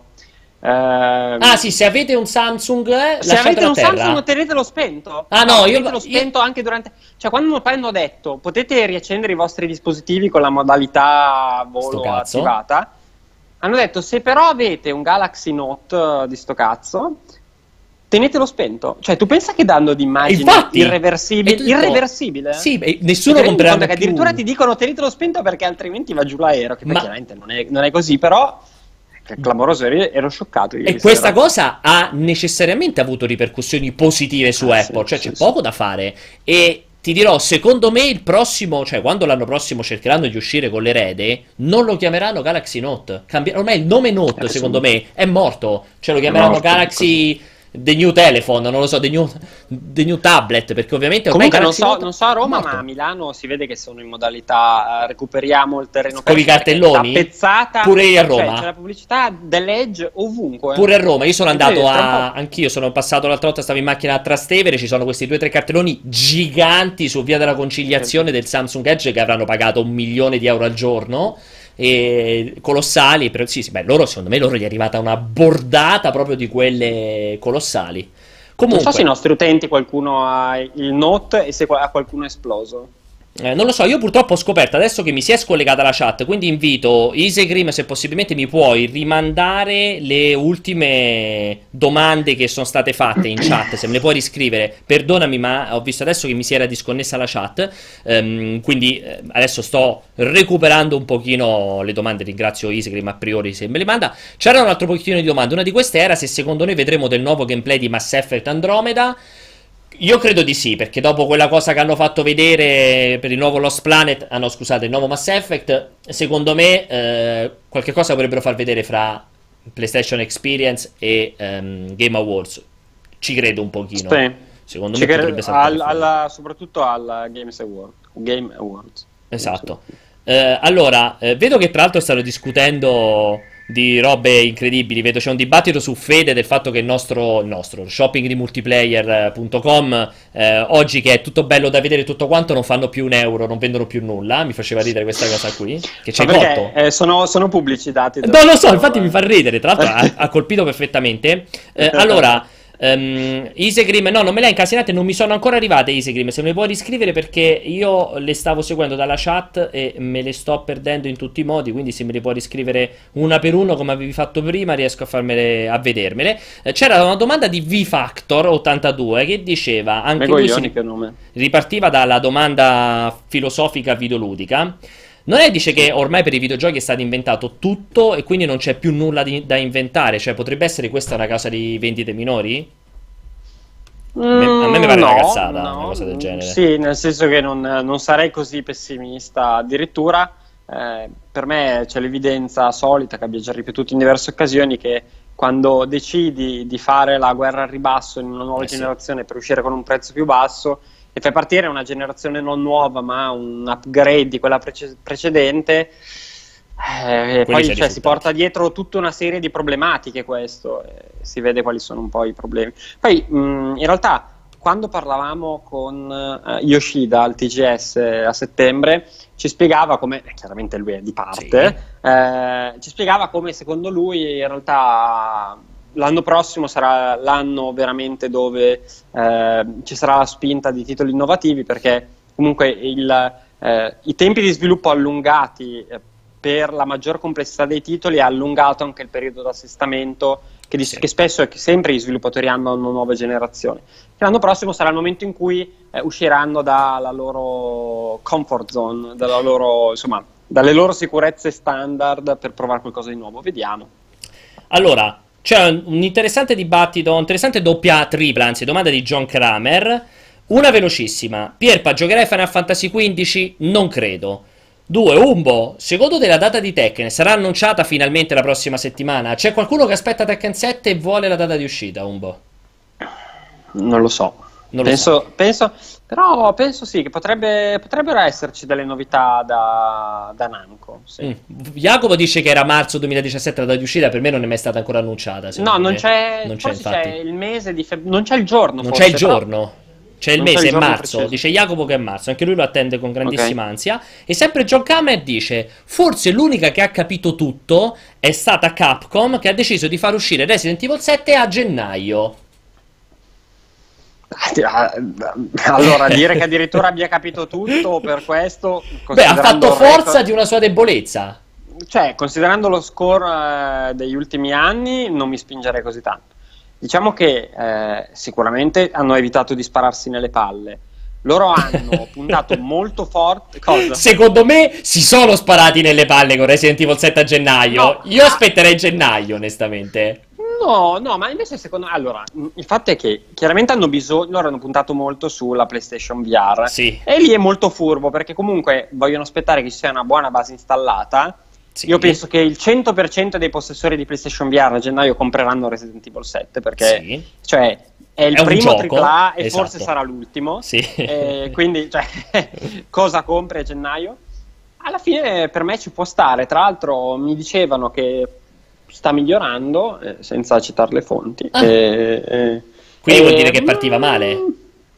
Sì, se avete un Samsung, Se avete lasciatelo a un terra. Samsung tenetelo spento. Ah no, tenetelo spento anche durante. Cioè, quando poi hanno detto potete riaccendere i vostri dispositivi con la modalità Sto volo cazzo. attivata, hanno detto se però avete un Galaxy Note di sto cazzo, tenetelo spento. Cioè, tu pensa che danno di immagini Infatti, irreversibili? e tu hai detto, Irreversibile? sì, E nessuno ti rendi comprerà conto che più. addirittura ti dicono tenetelo spento perché altrimenti va giù l'aereo, che poi Ma chiaramente non è così, però è clamoroso, ero scioccato ieri E questa sera. cosa ha necessariamente avuto ripercussioni positive su Sì, Apple, cioè c'è sì, sì. poco da fare. E ti dirò, secondo me il prossimo, cioè quando l'anno prossimo cercheranno di uscire con l'erede, non lo chiameranno Galaxy Note. Ormai il nome Note, secondo Assolutamente. me, è morto. Cioè lo È chiameranno morto così. Galaxy The New Telephone, non lo so, The New Tablet, perché ovviamente ormai Comunque Galaxy Note non so a è Roma, ma a morto. Milano si vede che sono in modalità recuperiamo il terreno Con i perso perché cartelloni? tappezzata, Pure io a cioè c'è Roma. la pubblicità dell'Edge ovunque. Pure a Roma, io sono E andato poi tra un po'. anch'io sono passato l'altra volta, stavo in macchina a Trastevere, ci sono questi 2 o 3 cartelloni giganti su Via della Conciliazione del Samsung Edge che avranno pagato 1 milione di euro al giorno, e colossali, però sì, sì, beh, secondo me loro gli è arrivata una bordata proprio di quelle colossali. Non so se i Comunque, nostri utenti qualcuno ha il Note e se a qualcuno è esploso. non lo so, io purtroppo ho scoperto adesso che mi si è scollegata la chat, quindi invito Isegrim se possibilmente mi puoi rimandare le ultime domande che sono state fatte in chat, se me le puoi riscrivere. Perdonami, ma ho visto adesso che mi si era disconnessa la chat, quindi adesso sto recuperando un pochino le domande, ringrazio Isegrim a priori se me le manda. C'era un altro pochettino di domande, una di queste era se secondo noi vedremo del nuovo gameplay di Mass Effect Andromeda. Io credo di sì, perché dopo quella cosa che hanno fatto vedere per il nuovo Lost Planet, ah no, scusate, il nuovo Mass Effect, secondo me qualche cosa dovrebbero far vedere fra PlayStation Experience e Game Awards. Ci credo un pochino. Sì. Secondo me potrebbe saltare fuori. Soprattutto al Game Awards. Esatto. Allora, vedo che tra l'altro stanno discutendo di robe incredibili. Vedo c'è un dibattito su Fede del fatto che il nostro shopping di multiplayer.com oggi che è tutto bello da vedere tutto quanto non fanno più un euro, non vendono più nulla. Mi faceva ridere questa cosa qui. Che c'è Ma cotto. perché sono pubblici i dati. Non lo so, infatti mi fa ridere. Tra l'altro ha colpito perfettamente. Allora, Isegrim, no, non me le ha incasinate, non mi sono ancora arrivate Isegrim. Se me le puoi riscrivere perché io le stavo seguendo dalla chat e me le sto perdendo in tutti i modi. Quindi se me le puoi riscrivere una per uno come avevi fatto prima, riesco a farmele a vedermele. C'era una domanda di VFactor 82 che diceva anche lui Che nome. ripartiva dalla domanda filosofica videoludica. Non è, dice che ormai per i videogiochi è stato inventato tutto e quindi non c'è più nulla da inventare, cioè potrebbe essere questa una causa di vendite minori? A me mi pare una cazzata, una cosa del genere. Sì, nel senso che non sarei così pessimista. Addirittura per me c'è l'evidenza solita che abbia già ripetuto in diverse occasioni che quando decidi di fare la guerra al ribasso in una nuova generazione per uscire con un prezzo più basso e fai partire una generazione non nuova ma un upgrade di quella precedente, poi si porta dietro tutta una serie di problematiche questo, si vede quali sono un po' i problemi. Poi in realtà quando parlavamo con Yoshida al TGS a settembre ci spiegava come, chiaramente lui è di parte, ci spiegava come secondo lui in realtà l'anno prossimo sarà l'anno veramente dove ci sarà la spinta di titoli innovativi perché comunque i tempi di sviluppo allungati per la maggior complessità dei titoli ha allungato anche il periodo d'assestamento che spesso è che sempre gli sviluppatori hanno una nuova generazione. L'anno prossimo sarà il momento in cui usciranno dalla loro comfort zone, dalle loro sicurezze standard per provare qualcosa di nuovo. Vediamo. Allora, c'è un interessante dibattito, un interessante doppia tripla, anzi domanda di John Kramer. Una velocissima. Pierpa, giocherai Final Fantasy XV? Non credo. 2. Umbo, secondo te la data di Tekken sarà annunciata finalmente la prossima settimana? C'è qualcuno che aspetta Tekken 7 e vuole la data di uscita, Umbo? Non lo so. Non lo so. Però penso sì, che potrebbero esserci delle novità da Namco. Sì. Jacopo dice che era marzo 2017 la data di uscita, per me non è mai stata ancora annunciata. No, Secondo non me c'è, non c'è, forse c'è infatti. il mese di febbraio, non c'è il giorno Non c'è il forse, però giorno, c'è il non c'è mese, il è giorno marzo. preciso. Dice Jacopo che è marzo, anche lui lo attende con Ok. grandissima ansia. E sempre John Kamer dice: Forse l'unica che ha capito tutto è stata Capcom, che ha deciso di far uscire Resident Evil 7 a gennaio. Allora, dire che addirittura abbia capito tutto per questo, Beh, ha considerando fatto il forza record, di una sua debolezza. cioè, considerando lo score degli ultimi anni, non mi spingerei così tanto. Diciamo che sicuramente hanno evitato di spararsi nelle palle. Loro hanno puntato molto forte. Cosa? Secondo me si sono sparati nelle palle con Resident Evil 7 a gennaio. No, Io aspetterei gennaio, onestamente. no, no, ma invece secondo me, allora, il fatto è che chiaramente hanno bisogno, loro hanno puntato molto sulla PlayStation VR Sì, e lì è molto furbo perché comunque vogliono aspettare che ci sia una buona base installata. Io sì, penso che il 100% dei possessori di PlayStation VR a gennaio compreranno Resident Evil 7 perché, sì. cioè, è il È un primo gioco, AAA e forse esatto. sarà l'ultimo. Sì. Quindi, cioè, cosa compri a gennaio? Alla fine per me ci può stare. Tra l'altro mi dicevano che sta migliorando, senza citare le fonti. Ah, quindi vuol dire che partiva male.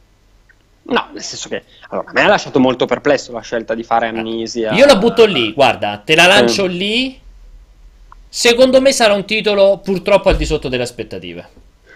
No, nel senso che allora, a me ha lasciato molto perplesso la scelta di fare Ah. Io la butto Amnesia. lì, guarda, te la lancio lì. Secondo me sarà un titolo purtroppo al di sotto delle aspettative.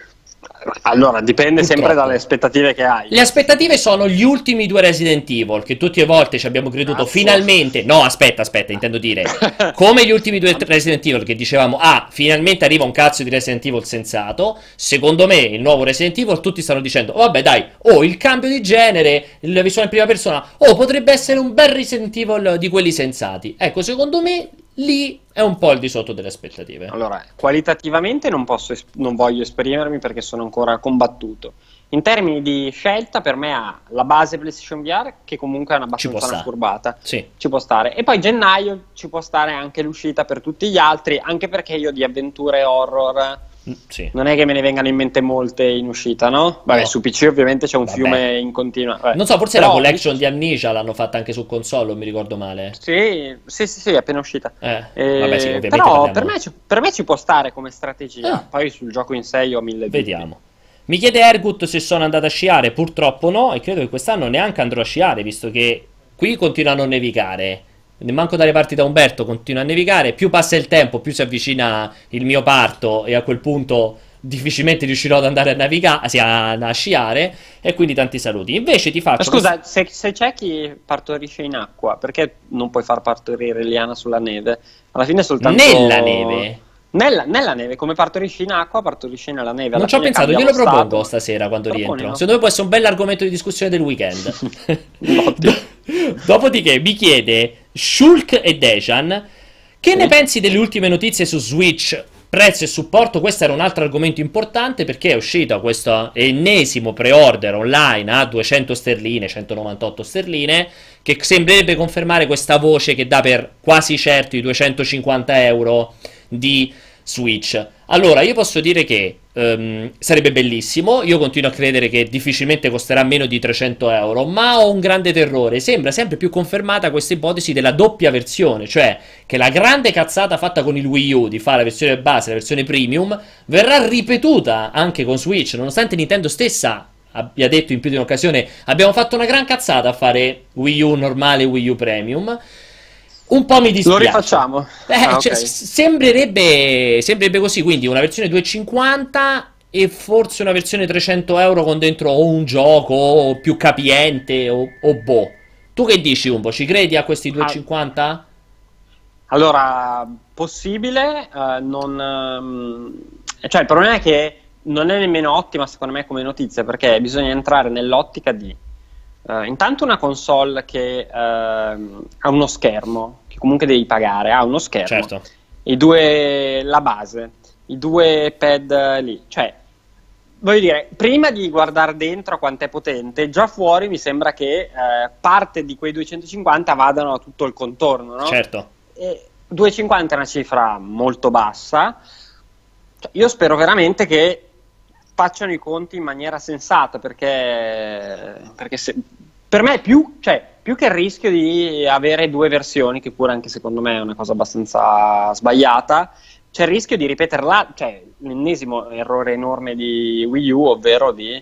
Allora, dipende sempre dalle Purtroppo. aspettative che hai. Le aspettative sono gli ultimi due Resident Evil, che tutte le volte ci abbiamo creduto Cazzo. finalmente. No, aspetta, intendo dire. Come gli ultimi due Resident Evil che dicevamo, finalmente arriva un cazzo di Resident Evil sensato. Secondo me, il nuovo Resident Evil, tutti stanno dicendo, "Oh, vabbè, dai, il cambio di genere, la visione in prima persona, potrebbe essere un bel Resident Evil di quelli sensati." Ecco, secondo me, lì è un po' al di sotto delle aspettative. Allora, qualitativamente non voglio esprimermi perché sono ancora combattuto. In termini di scelta, per me ha la base PlayStation VR, che comunque è Ci può abbastanza una stare. furbata. Sì. Ci può stare. E poi gennaio ci può stare anche l'uscita per tutti gli altri, anche perché io di avventure horror Sì. non è che me ne vengano in mente molte in uscita, no? Vabbè, No. su PC ovviamente c'è un Vabbè. fiume in continua. Vabbè. Non so, forse la Però, collection di Amnesia l'hanno fatta anche su console, non mi ricordo male. sì, è appena uscita. Vabbè, sì, ovviamente Però parliamo. per me ci può stare come strategia. Ah. Poi sul gioco in sé io ho mille dubbi. Vediamo. Mi chiede Ergut se sono andato a sciare, purtroppo no, e credo che quest'anno neanche andrò a sciare, visto che qui continua a non nevicare. Manco dalle parti da Umberto continua a nevicare, più passa il tempo, più si avvicina il mio parto e a quel punto difficilmente riuscirò ad andare a navigare, a sciare, e quindi tanti saluti. Invece ti Ma faccio scusa, se c'è chi partorisce in acqua, perché non puoi far partorire Liana sulla neve? Alla fine è soltanto nella neve. Nella neve, come partorisci in acqua, partorisci nella neve. Non Alla ci ho fine pensato, cambia glielo lo propongo stato. stasera quando rientro. Proponilo. Secondo me può essere un bel argomento di discussione del weekend. Ottimo. Dopodiché mi chiede Shulk e Dejan che ne Sì. pensi delle ultime notizie su Switch, prezzo e supporto. Questo era un altro argomento importante perché è uscito questo ennesimo pre-order online a 200 sterline, 198 sterline, che sembrerebbe confermare questa voce che dà per quasi certo i 250 euro di Switch. Allora, io posso dire che sarebbe bellissimo. Io continuo a credere che difficilmente costerà meno di 300 euro, ma ho un grande terrore. Sembra sempre più confermata questa ipotesi della doppia versione, cioè che la grande cazzata fatta con il Wii U di fare la versione base e la versione premium verrà ripetuta anche con Switch, nonostante Nintendo stessa abbia detto in più di un'occasione: abbiamo fatto una gran cazzata a fare Wii U normale e Wii U premium. Un po' mi Lo dispiace. rifacciamo. Ok. Sembrerebbe così, quindi una versione 250 e forse una versione 300 euro con dentro o un gioco o più capiente o boh. Tu che dici, Umbo? Ci credi a questi Ah, 250? allora, possibile, cioè il problema è che non è nemmeno ottima secondo me come notizia perché bisogna entrare nell'ottica di intanto una console che ha uno schermo, che comunque devi pagare, ha uno schermo, Certo. la base, i due pad lì, cioè voglio dire, prima di guardare dentro a quanto è potente, già fuori mi sembra che parte di quei 250 vadano a tutto il contorno, no? Certo. E 250 è una cifra molto bassa. Cioè, io spero veramente che facciano i conti in maniera sensata, perché per me è più che il rischio di avere due versioni, che pure anche secondo me è una cosa abbastanza sbagliata, c'è il rischio di ripeterla, cioè l'ennesimo errore enorme di Wii U, ovvero di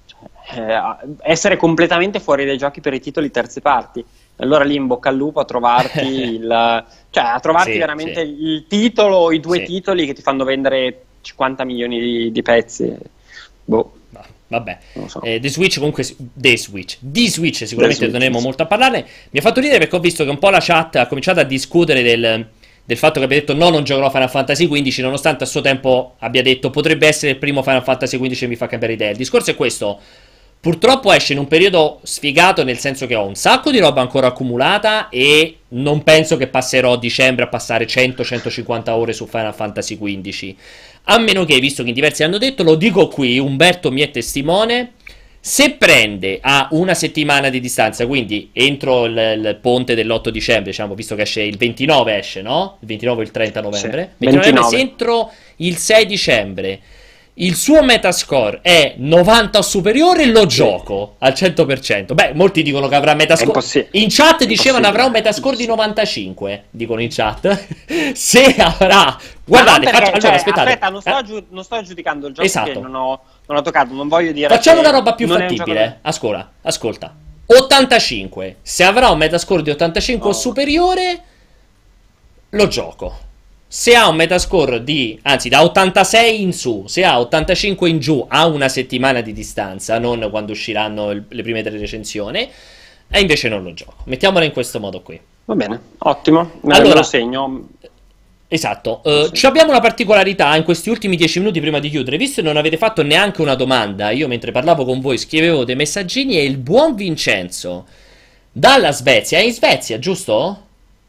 essere completamente fuori dai giochi per i titoli terze parti. Allora lì in bocca al lupo a trovarti veramente il titolo o i due titoli che ti fanno vendere 50 milioni di pezzi. Boh. Vabbè, so. The Switch comunque, di Switch sicuramente torneremo molto a parlarne. Mi ha fatto ridere perché ho visto che un po' la chat ha cominciato a discutere del fatto che abbia detto no, non giocherò Final Fantasy XV, nonostante a suo tempo abbia detto potrebbe essere il primo Final Fantasy XV e mi fa cambiare idea. Il discorso è questo: purtroppo esce in un periodo sfigato, nel senso che ho un sacco di roba ancora accumulata e non penso che passerò dicembre a passare 100-150 ore su Final Fantasy XV. A meno che, visto che in diversi hanno detto, lo dico qui, Umberto mi è testimone, se prende a una settimana di distanza, quindi entro il ponte dell'8 dicembre, diciamo, visto che esce il 29, esce, no? Il 29 o il 30 novembre? Sì, 29. Se entro il 6 dicembre il suo metascore è 90 o superiore, lo gioco al 100%. Beh, molti dicono che avrà metascore. In chat dicevano avrà un metascore di 95. Dicono in chat. Se avrà. Guardate, allora, aspetta, non sto giudicando il gioco, esatto, che non ho toccato. Non voglio dire. Facciamo una roba più fattibile. Ascolta. 85. Se avrà un metascore di 85 o superiore, lo gioco. Se ha un metascore da 86 in su, se ha 85 in giù a una settimana di distanza, non quando usciranno le prime 3 recensioni, e invece non lo gioco. Mettiamola in questo modo qui. Va bene, ottimo. Me lo segno. Esatto. Abbiamo una particolarità in questi ultimi 10 minuti prima di chiudere. Visto che non avete fatto neanche una domanda, io mentre parlavo con voi scrivevo dei messaggini e il buon Vincenzo dalla Svezia, è in Svezia, giusto?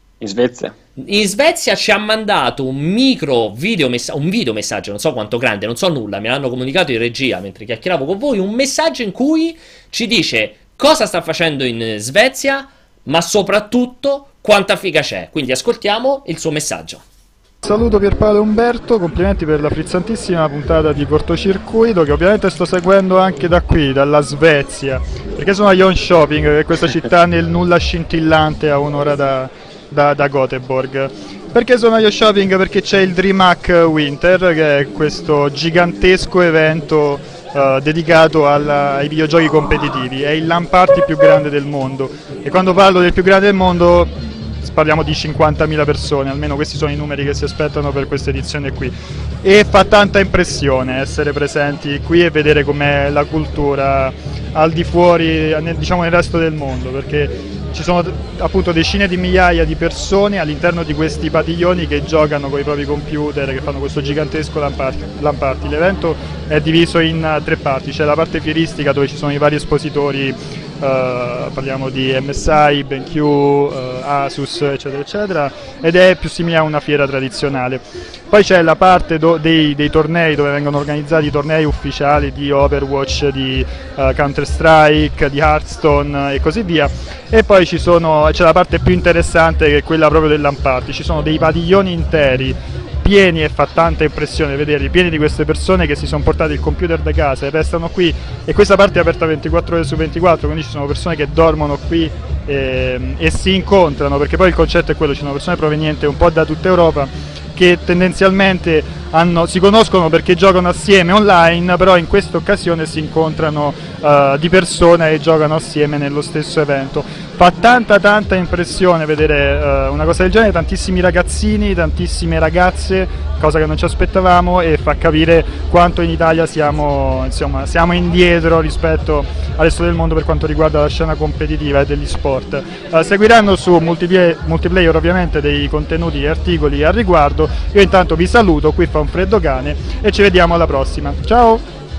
In Svezia ci ha mandato un video messaggio, non so quanto grande, non so nulla, me l'hanno comunicato in regia mentre chiacchieravo con voi, un messaggio in cui ci dice cosa sta facendo in Svezia, ma soprattutto quanta figa c'è. Quindi ascoltiamo il suo messaggio. Saluto Pierpaolo e Umberto, complimenti per la frizzantissima puntata di Cortocircuito, che ovviamente sto seguendo anche da qui, dalla Svezia, perché sono a Jönköping, che è questa città nel nulla scintillante a un'ora da Göteborg. Perché sono a Jönköping? Perché c'è il DreamHack Winter, che è questo gigantesco evento dedicato ai videogiochi competitivi. È il LAN party più grande del mondo, e quando parlo del più grande del mondo parliamo di 50.000 persone, almeno questi sono i numeri che si aspettano per questa edizione qui, e fa tanta impressione essere presenti qui e vedere com'è la cultura al di fuori, diciamo nel resto del mondo, perché ci sono appunto decine di migliaia di persone all'interno di questi padiglioni che giocano con i propri computer, che fanno questo gigantesco LAN party. L'evento è diviso in 3 parti: c'è la parte fieristica dove ci sono i vari espositori, parliamo di MSI, BenQ, Asus, eccetera eccetera, ed è più simile a una fiera tradizionale. Poi c'è la parte dei tornei, dove vengono organizzati i tornei ufficiali di Overwatch, di Counter Strike, di Hearthstone e così via. E poi c'è la parte più interessante, che è quella proprio del LAN party. Ci sono dei padiglioni interi pieni, e fa tanta impressione vederli pieni di queste persone che si sono portate il computer da casa e restano qui, e questa parte è aperta 24 ore su 24, quindi ci sono persone che dormono qui e si incontrano, perché poi il concetto è quello: ci sono persone provenienti un po' da tutta Europa che tendenzialmente si conoscono perché giocano assieme online, però in questa occasione si incontrano di persona e giocano assieme nello stesso evento. Fa tanta impressione vedere una cosa del genere, tantissimi ragazzini, tantissime ragazze, cosa che non ci aspettavamo, e fa capire quanto in Italia siamo indietro rispetto al resto del mondo per quanto riguarda la scena competitiva e degli sport. Seguiranno su Multiplayer ovviamente dei contenuti e articoli al riguardo. Io intanto vi saluto, qui fa un freddo cane, e ci vediamo alla prossima. Ciao!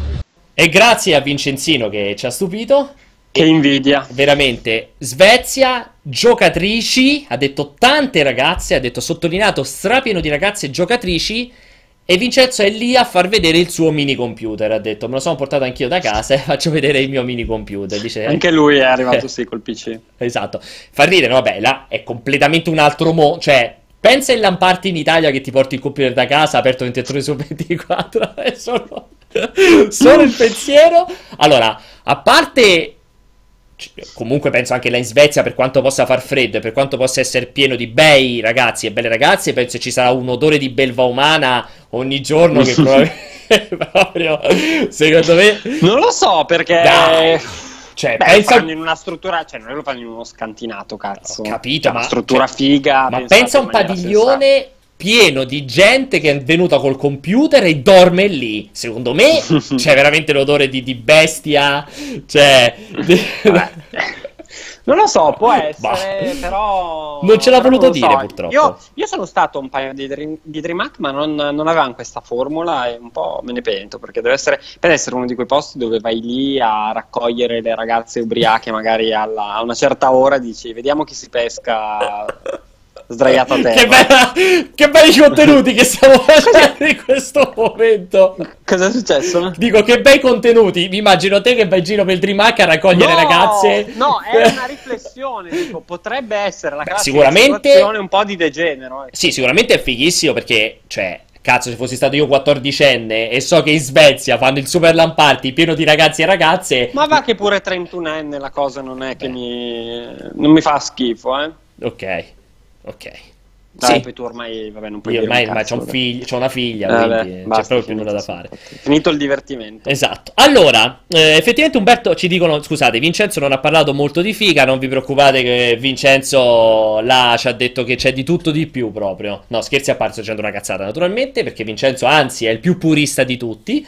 E grazie a Vincenzino che ci ha stupito. Che invidia. Veramente. Svezia, giocatrici, ha detto tante ragazze, ha detto sottolineato strapieno di ragazze giocatrici, e Vincenzo è lì a far vedere il suo mini computer. Ha detto me lo sono portato anch'io da casa e faccio vedere il mio mini computer. Dice, anche lui è arrivato sì col PC. Esatto. Fa ridere, vabbè, là è completamente un altro mondo, cioè pensa in LAN party in Italia che ti porti il computer da casa aperto 24 ore su 24, è solo Solo il pensiero. Allora, a parte, comunque penso anche là in Svezia, per quanto possa far freddo e per quanto possa essere pieno di bei ragazzi e belle ragazze, penso ci sarà un odore di belva umana ogni giorno che probabilmente proprio, secondo me, Non lo so perché. dai, cioè, Beh, lo pensa, fanno in una struttura, cioè non lo fanno in uno scantinato, cazzo. ho capito, Cioè, ma una struttura cioè, figa. ma pensata pensa a in un maniera padiglione pieno di gente che è venuta col computer e dorme lì. Secondo me c'è veramente l'odore di bestia, cioè Vabbè. Non lo so, può Bah. essere, però. Non ce l'ha però voluto non lo dire, so. purtroppo. Io sono stato un paio di DreamHack, ma non avevano questa formula e un po' me ne pento, perché per essere uno di quei posti dove vai lì a raccogliere le ragazze ubriache, magari a una certa ora, dici, vediamo chi si pesca sdraiato a terra. Che belli contenuti che stiamo facendo in questo momento. Cosa è successo? Dico, che bei contenuti. Mi immagino te che vai in giro per il Dreamhack a raccogliere No, ragazze. no, è una riflessione, dico, potrebbe essere la classica sicuramente- situazione un po' di degenero. Sì, sicuramente è fighissimo perché, cioè, cazzo, se fossi stato io 14enne e so che in Svezia fanno il super LAN party pieno di ragazzi e ragazze. Ma va che pure 31enne la cosa non è che non mi fa schifo, eh. Ok, ok. Dai, Sì, poi tu ormai, vabbè, non puoi io dire ormai un cazzo, c'ho vabbè. una figlia, Vabbè, quindi c'è basta, proprio più nulla da finito, fare. finito il divertimento. Esatto. Allora, effettivamente Umberto ci dicono, scusate, Vincenzo non ha parlato molto di figa, non vi preoccupate che Vincenzo là ci ha detto che c'è di tutto di più proprio. No, scherzi a parte, sto dicendo una cazzata naturalmente, perché Vincenzo anzi è il più purista di tutti.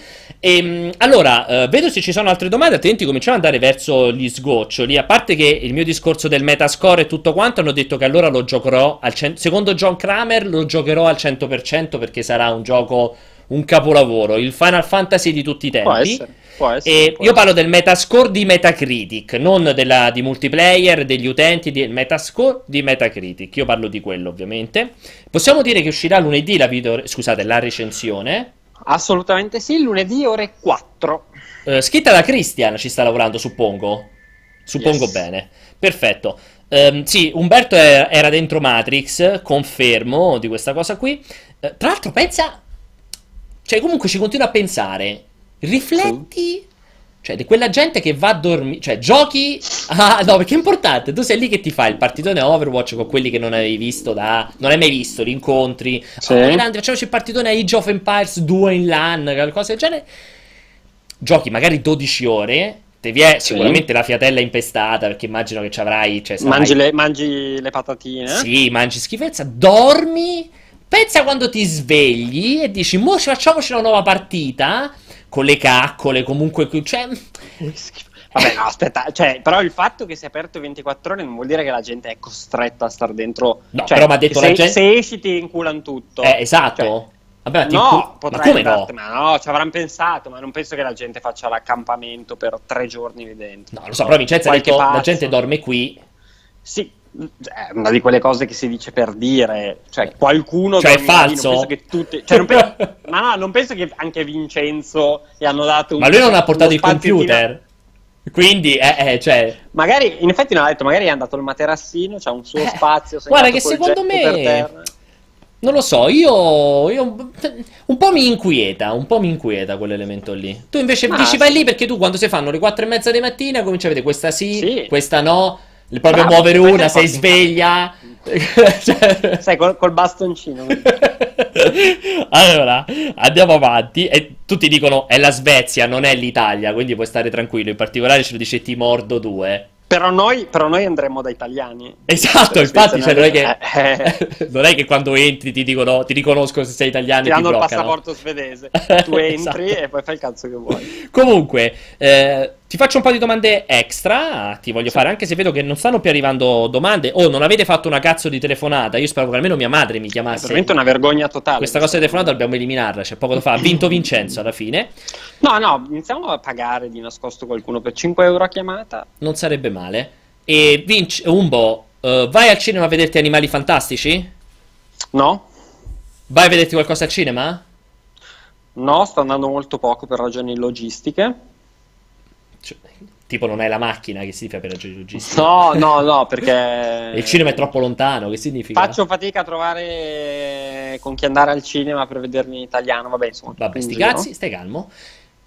Allora, vedo se ci sono altre domande, altrimenti cominciamo ad andare verso gli sgoccioli. A parte che il mio discorso del metascore e tutto quanto, hanno detto che allora lo giocherò secondo John Kramer lo giocherò al 100% perché sarà un gioco, un capolavoro, il Final Fantasy di tutti i tempi. Può essere. E io parlo del metascore di Metacritic, non di multiplayer, degli utenti, di metascore di Metacritic. Io parlo di quello, ovviamente. Possiamo dire che uscirà lunedì la recensione. Assolutamente sì, lunedì ore 4. Scritta da Christian, ci sta lavorando, suppongo. Suppongo Yes. bene. Perfetto. Sì, Umberto era dentro Matrix, confermo di questa cosa qui. Tra l'altro pensa, cioè comunque ci continua a pensare, rifletti, cioè di quella gente che va a dormire, cioè giochi, no perché è importante, tu sei lì che ti fai il partitone Overwatch con quelli che non avevi visto non hai mai visto, li incontri, Sì. grande, facciamoci il partitone Age of Empires 2 in LAN, qualcosa del genere, giochi magari 12 ore, te vi è sicuramente la fiatella impestata perché immagino che ci avrai, cioè sarai... Mangi le patatine? Sì, mangi schifezza, dormi, pensa quando ti svegli e dici, mo facciamoci una nuova partita, con le caccole, comunque, cioè... Vabbè, no, aspetta, cioè, però il fatto che sia aperto 24 ore non vuol dire che la gente è costretta a star dentro. No, cioè, però mi ha detto se, la gente... se esci ti inculano tutto. esatto. Cioè, Vabbè, ma no, ma potrai come no? andartene, ma no, ci avranno pensato, ma non penso che la gente faccia l'accampamento per 3 giorni lì dentro. No, lo so, però Vincenzo ha Qualche detto, la pazzo. gente dorme qui. Sì, è una di quelle cose che si dice per dire, cioè qualcuno Cioè, è dormirà lì, falso? non penso che tutti, cioè, ma no, non penso che anche Vincenzo gli hanno dato Ma lui non ha portato il uno spaziettino. computer. Quindi, cioè... Magari, in effetti non ha detto, magari è andato il materassino, c'ha un suo spazio. guarda segnato che col secondo getto per me... terra. Non lo so, io un po' mi inquieta quell'elemento lì. Tu invece Ah, dici vai sì. lì perché tu quando si fanno le 4:30 di mattina cominci a vedere questa Sì. questa no, proprio Bravo, muovere poi una, te sei porti in sveglia. Cioè- Sai, col bastoncino. Allora, andiamo avanti. E tutti dicono è la Svezia, non è l'Italia, quindi puoi stare tranquillo. In particolare ce lo dice Timordo 2. Però noi andremo da italiani. Esatto, Cioè, infatti, cioè, non è che, eh. non è che quando entri ti dicono, ti riconoscono se sei italiano Ti e ti danno il bloccano. passaporto svedese. Tu entri Esatto. e poi fai il cazzo che vuoi. Comunque, ti faccio un po' di domande extra, ti voglio fare, anche se vedo che non stanno più arrivando domande. Non avete fatto una cazzo di telefonata. Io spero che almeno mia madre mi È chiamasse. veramente una vergogna totale. Questa cosa di telefonata dobbiamo eliminarla, c'è poco da fare. Ha vinto Vincenzo alla fine. No, iniziamo a pagare di nascosto qualcuno per 5 euro a chiamata. Non sarebbe male. E Umbo, vai al cinema a vederti Animali Fantastici? No? Vai a vederti qualcosa al cinema? No, sto andando molto poco per ragioni logistiche. Cioè, tipo non hai la macchina, che significa per ragioni logistiche? No, perché Il cinema è troppo lontano, che significa? faccio fatica a trovare con chi andare al cinema per vedermi in italiano. Vabbè, insomma, Vabbè, in sti giro. cazzi, stai calmo.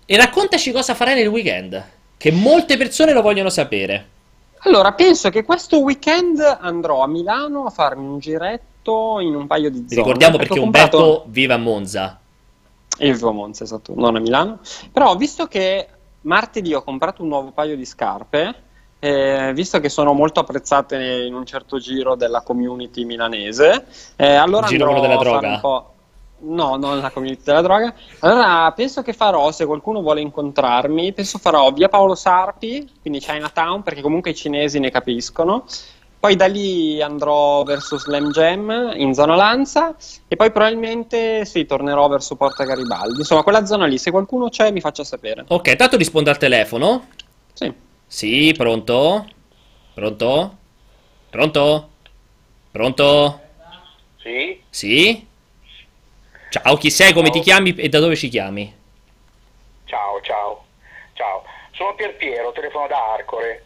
E raccontaci cosa farai nel weekend, che molte persone lo vogliono sapere. Allora, penso che questo weekend andrò a Milano a farmi un giretto in un paio di zone. Ricordiamo Perché perché ho comprato Umberto vive a Monza. il Monza, esatto, non a Milano. Però, visto che martedì ho comprato un nuovo paio di scarpe, visto che sono molto apprezzate in un certo giro della community milanese, allora Giro quello della andrò a fare un droga. po'. No, non la community della droga. Allora, penso che farò, se qualcuno vuole incontrarmi, penso farò via Paolo Sarpi, quindi Chinatown, perché comunque i cinesi ne capiscono. Poi da lì andrò verso Slam Jam in zona Lanza e poi probabilmente sì, tornerò verso Porta Garibaldi. Insomma, quella zona lì, se qualcuno c'è, mi faccia sapere. Ok, tanto rispondo al telefono. Sì. Sì, pronto? Pronto? Pronto? Pronto? Sì, Sì? Ciao, chi sei, come ti ciao, chiami e da dove ci chiami? ciao, ciao, ciao. Sono Pierpiero, telefono da Arcore.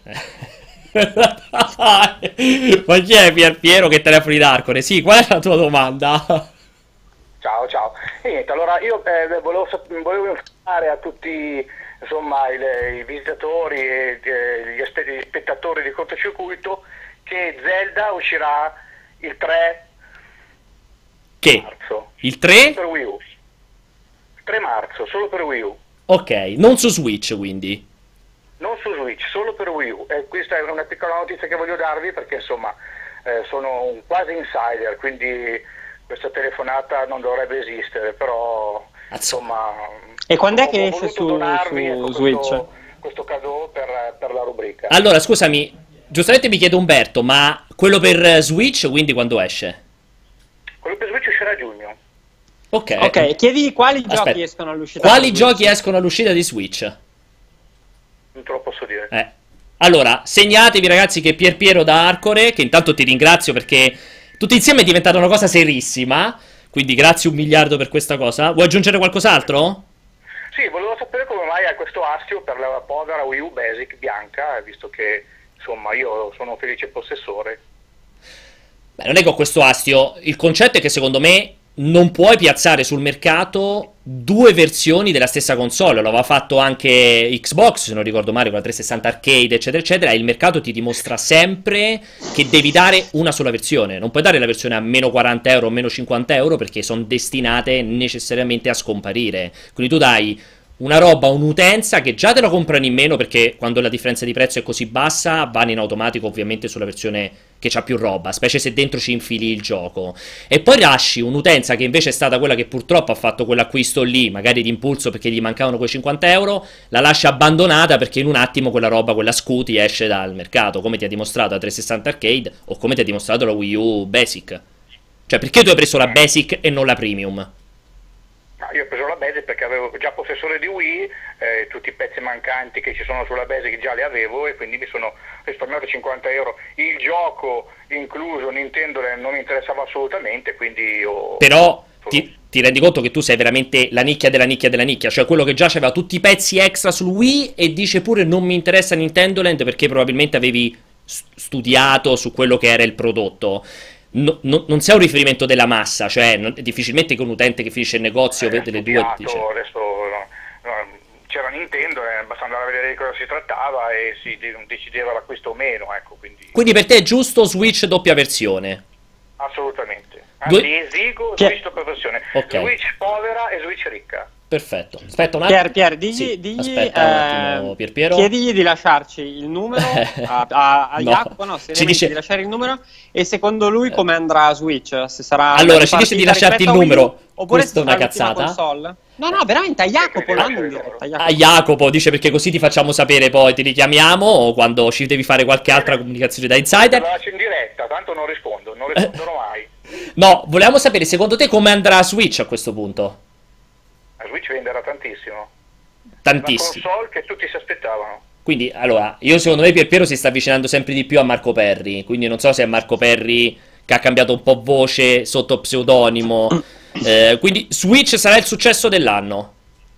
Ma chi è Piero che telefoni d'Arcore? Sì, qual è la tua domanda? Ciao, ciao. E niente, allora io volevo informare a tutti, insomma, i visitatori e gli spettatori di cortocircuito che Zelda uscirà il 3 Che? marzo, Il solo 3? per Wii U. Il 3 marzo, solo per Wii U. Ok, non su Switch quindi. Non su Switch, solo per Wii U. E questa è una piccola notizia che voglio darvi perché insomma sono un quasi insider, quindi questa telefonata non dovrebbe esistere, però Azzo. insomma E quando è ho che esce voluto su donarvi ecco, Switch? questo cadeau per la rubrica. Allora, scusami, giustamente mi chiede Umberto, ma quello per Switch quindi quando esce? Quello per Switch uscirà a giugno. Ok. Ok, chiedi quali Aspetta. giochi escono all'uscita Quali per giochi Switch. escono all'uscita di Switch? Non te lo posso dire. Allora, segnatevi ragazzi che Piero da Arcore, che intanto ti ringrazio perché tutti insieme è diventata una cosa serissima, quindi grazie 1 miliardo per questa cosa. Vuoi aggiungere qualcos'altro? Sì, volevo sapere come mai hai questo astio per la povera Wii U Basic bianca, visto che insomma io sono un felice possessore. Beh, non è che ho questo astio, il concetto è che secondo me non puoi piazzare sul mercato due versioni della stessa console. Lo aveva fatto anche Xbox, se non ricordo male, con la 360 Arcade, eccetera, eccetera. E il mercato ti dimostra sempre che devi dare una sola versione. Non puoi dare la versione a meno 40 euro o meno 50 euro perché sono destinate necessariamente a scomparire. Quindi tu dai una roba a un'utenza che già te la comprano in meno perché quando la differenza di prezzo è così bassa vanno in automatico ovviamente sulla versione che c'ha più roba, specie se dentro ci infili il gioco. E poi lasci un'utenza che invece è stata quella che purtroppo ha fatto quell'acquisto lì, magari di impulso perché gli mancavano quei 50 euro, la lascia abbandonata perché in un attimo quella roba, quella scuti esce dal mercato, come ti ha dimostrato la 360 Arcade o come ti ha dimostrato la Wii U Basic. Cioè, perché tu hai preso la Basic e non la Premium? Io ho preso la Basic perché avevo già possessore di Wii, tutti i pezzi mancanti che ci sono sulla Basic già li avevo e quindi mi sono risparmiato 50 euro. Il gioco incluso Nintendo non mi interessava assolutamente, quindi ho... Però ti rendi conto che tu sei veramente la nicchia della nicchia della nicchia, cioè quello che già aveva tutti i pezzi extra sul Wii e dice pure non mi interessa Nintendo Land perché probabilmente avevi studiato su quello che era il prodotto. Non sei un riferimento della massa, cioè difficilmente che un utente che finisce il negozio vede le due e dice... Adesso c'era Nintendo, basta andare a vedere di cosa si trattava e si decideva l'acquisto o meno, ecco, Quindi per te è giusto Switch doppia versione? Assolutamente. Anzi, esigo Switch doppia versione. Ok. Switch povera e Switch ricca. Perfetto. Aspetta un attimo. Pier, digli, Sì, aspetta un attimo, Pierpiero. chiedigli di lasciarci il numero a No. Jacopo, no, Ci dice- di lasciare il numero e secondo lui come andrà a Switch, se sarà Allora, una ci dice di partita lasciarti il rispetto a Wii U, numero. oppure Questa è se una sarà l'ultima cazzata. console. No, veramente a Jacopo, Ecco, non in lascia il diretta, numero. A Jacopo dice perché così ti facciamo sapere poi, ti richiamiamo o quando ci devi fare qualche altra comunicazione da Te insider. la lascio in diretta, tanto non risponderò mai. No, volevamo sapere secondo te come andrà a Switch a questo punto? La Switch venderà tantissimo. Tantissimo. Una console che tutti si aspettavano. Quindi, allora, io secondo me Pierpiero si sta avvicinando sempre di più a Marco Perri, quindi non so se è Marco Perri che ha cambiato un po' voce sotto pseudonimo. Quindi Switch sarà il successo dell'anno.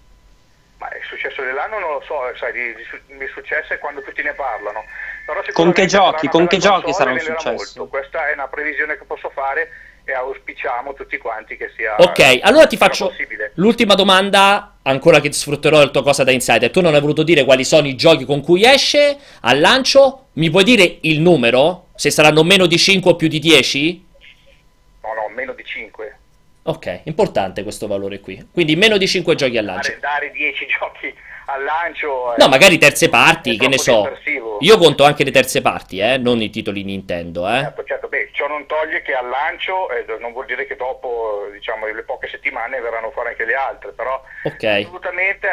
Ma il successo dell'anno non lo so, sai, di successo è quando tutti ne parlano. Però Con che sicuramente sarà giochi? una Con bella che giochi console sarà e un venderà successo? molto. Questa è una previsione che posso fare e auspiciamo tutti quanti che sia Ok, allora ti faccio possibile. l'ultima domanda, ancora che sfrutterò la tua cosa da insider. Tu non hai voluto dire quali sono i giochi con cui esce al lancio? Mi puoi dire il numero? Se saranno meno di 5 o più di 10? No, meno di 5. Ok, importante questo valore qui. Quindi meno di 5 giochi al lancio. Dare 10 giochi al lancio No, magari terze parti, è che ne troppo so. dispersivo. Io conto anche le terze parti, non i titoli Nintendo, Certo, beh, ciò non toglie che al lancio, non vuol dire che dopo, diciamo, le poche settimane verranno fuori anche le altre, però Ok. assolutamente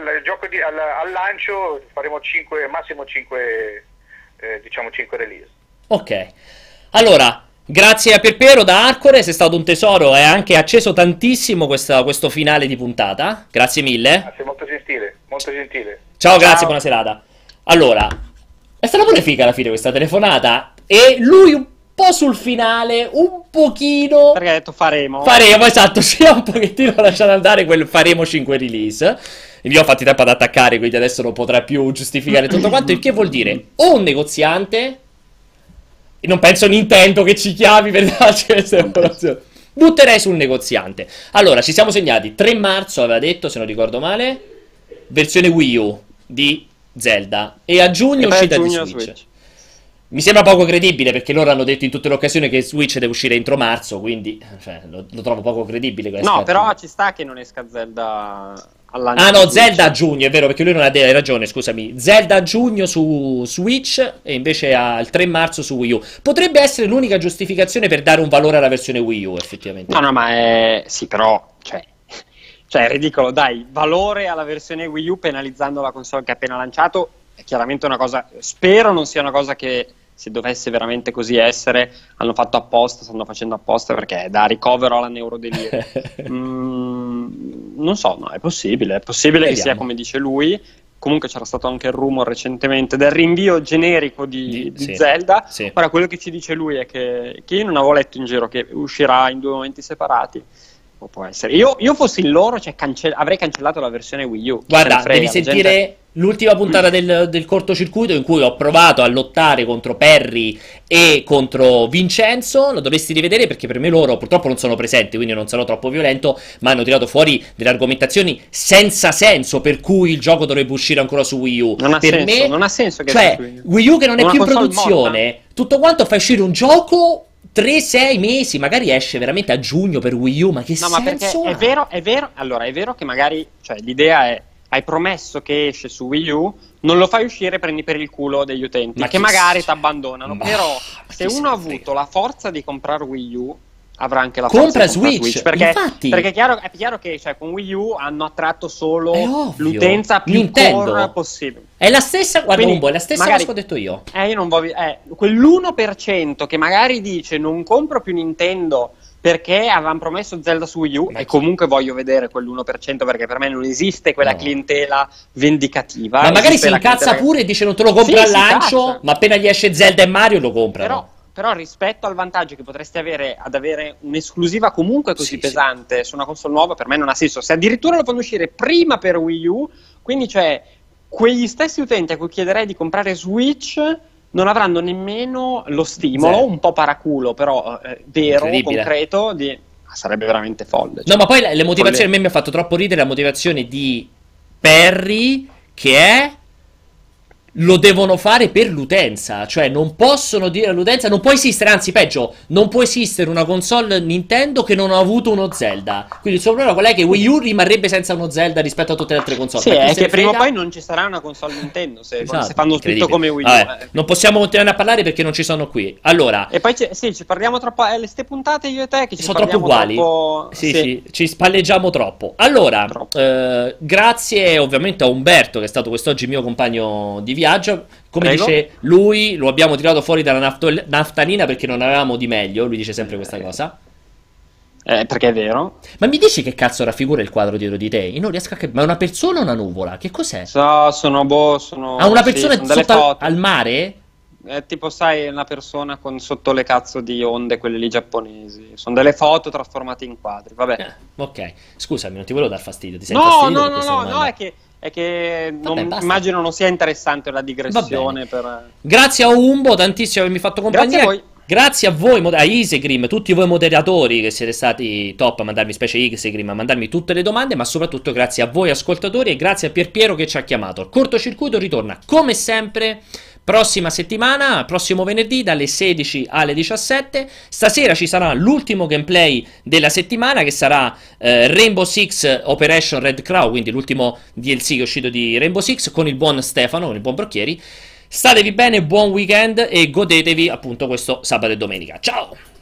al lancio faremo 5, massimo 5, diciamo 5 release. Ok. Allora, grazie a Perpero da Arcore, sei stato un tesoro e ha anche acceso tantissimo questo finale di puntata. Grazie mille. Grazie, molto gentile, molto gentile. Ciao, grazie, buona serata. Allora, è stata pure figa alla fine questa telefonata e lui un po' sul finale, un pochino... Perché ha detto faremo. Faremo, esatto, si è un pochettino lasciato andare quel faremo 5 release. E vi ho fatti tempo ad attaccare, quindi adesso non potrà più giustificare tutto quanto, il che vuol dire o un negoziante... E non penso Nintendo che ci chiami per darci queste informazioni. Butterei sul negoziante. Allora, ci siamo segnati 3 marzo, aveva detto, se non ricordo male, versione Wii U di Zelda. E a giugno uscita di Switch. Mi sembra poco credibile perché loro hanno detto in tutte le occasioni che Switch deve uscire entro marzo, quindi lo trovo poco credibile. No, però ci sta che non esca Zelda all'anno. Ah no, Zelda a giugno, è vero, perché lui non ha hai ragione, scusami. Zelda a giugno su Switch e invece il 3 marzo su Wii U. Potrebbe essere l'unica giustificazione per dare un valore alla versione Wii U, effettivamente. No, ma è... Sì, però, cioè è ridicolo, dai, valore alla versione Wii U penalizzando la console che ha appena lanciato, è chiaramente una cosa, spero non sia una cosa che, se dovesse veramente così essere, hanno fatto apposta, stanno facendo apposta, perché da ricovero alla neurodelirio. Non so, no, è possibile Vediamo. che sia come dice lui. Comunque c'era stato anche il rumor recentemente del rinvio generico di sì, Zelda. sì. Ora, quello che ci dice lui è che io non avevo letto in giro che uscirà in 2 momenti separati. O può essere. Io fossi in loro, cioè avrei cancellato la versione Wii U. Guarda, devi sentire l'ultima puntata del cortocircuito in cui ho provato a lottare contro Perry e contro Vincenzo. Lo dovresti rivedere perché per me loro purtroppo non sono presenti, quindi non sarò troppo violento, ma hanno tirato fuori delle argomentazioni senza senso per cui il gioco dovrebbe uscire ancora su Wii U. Non ha Per senso, me, non ha senso che cioè, sia su Wii U. Wii U che non è Una più in console produzione, tutto quanto fa uscire un gioco 3-6 mesi, magari esce veramente a giugno per Wii U, ma che No, ma perché senso ha? è vero, allora è vero che magari, cioè l'idea è, hai promesso che esce su Wii U, non lo fai uscire, prendi per il culo degli utenti, Ma che chi magari se- ti abbandonano, Ma- però ma se chi se uno ha ne frega? avuto la forza di comprare Wii U, avrà anche la Compra forza di comprare Switch, perché, infatti. perché è chiaro che, cioè, con Wii U hanno attratto solo È ovvio. l'utenza più Nintendo. core possibile. È la stessa, guarda Quindi, Umbo, è la stessa magari- cosa che ho detto io. Io non voglio. Quell'1% che magari dice non compro più Nintendo perché avevano promesso Zelda su Wii U, Ma e chi- comunque voglio vedere quell'1% perché per me non esiste quella No. clientela vendicativa. Ma magari esiste si la incazza clientela- pure e dice non te lo compro Sì, al si lancio, incazza. ma appena gli esce Zelda e Mario lo comprano. Però rispetto al vantaggio che potresti avere ad avere un'esclusiva comunque così Sì, pesante su una console nuova, per me non ha senso. Se addirittura lo fanno uscire prima per Wii U, quindi cioè quegli stessi utenti a cui chiederei di comprare Switch non avranno nemmeno lo stimolo, Zero. un po' paraculo, però vero, Incredibile. concreto, di... sarebbe veramente folle. No, ma poi le motivazioni, Folle. a me mi ha fatto troppo ridere la motivazione di Perry, che è... Lo devono fare per l'utenza, cioè non possono dire all'utenza, non può esistere, anzi peggio, non può esistere una console Nintendo che non ha avuto uno Zelda. Quindi il suo problema qual è? Che Wii U rimarrebbe senza uno Zelda rispetto a tutte le altre console. Sì, Ma chi è se ne che prima o frega? poi non ci sarà una console Nintendo se Esatto, fanno tutto incredibile. come Wii U. Vabbè, non possiamo continuare a parlare perché non ci sono qui. Allora, E poi ci parliamo troppo. Ste puntate io e te che ci sono troppo parliamo uguali. troppo. Sì, ci spalleggiamo troppo. Allora, Troppo. grazie ovviamente a Umberto, che è stato quest'oggi mio compagno di viaggio. Come Prego. dice lui, lo abbiamo tirato fuori dalla naftalina perché non avevamo di meglio. Lui dice sempre questa cosa. Perché è vero. Ma mi dici che cazzo raffigura il quadro dietro di te? Io non riesco a capire. Ma è una persona o una nuvola? Che cos'è? Sono Ah, una sì, persona sono delle sotto al, foto. al mare? Tipo, sai, una persona con sotto le cazzo di onde, quelle lì giapponesi. Sono delle foto trasformate in quadri. Vabbè. Ok, scusami, non ti volevo dar fastidio. Ti sei No, infastidito no, per no, questa no, domanda? no, è che Vabbè, basta. immagino non sia interessante la digressione Va per... Grazie a Umbo tantissimo per avermi fatto compagnia. Grazie a voi. Grazie a voi, a Isegrim, tutti voi moderatori che siete stati top a mandarmi, specie Isegrim, a mandarmi tutte le domande, ma soprattutto grazie a voi ascoltatori e grazie a Pierpiero che ci ha chiamato. Il cortocircuito ritorna come sempre prossima settimana, prossimo venerdì dalle 16 alle 17. Stasera ci sarà l'ultimo gameplay della settimana che sarà Rainbow Six Operation Red Crow, quindi l'ultimo DLC che è uscito di Rainbow Six con il buon Stefano, con il buon Brocchieri. Statevi bene, buon weekend e godetevi appunto questo sabato e domenica. Ciao!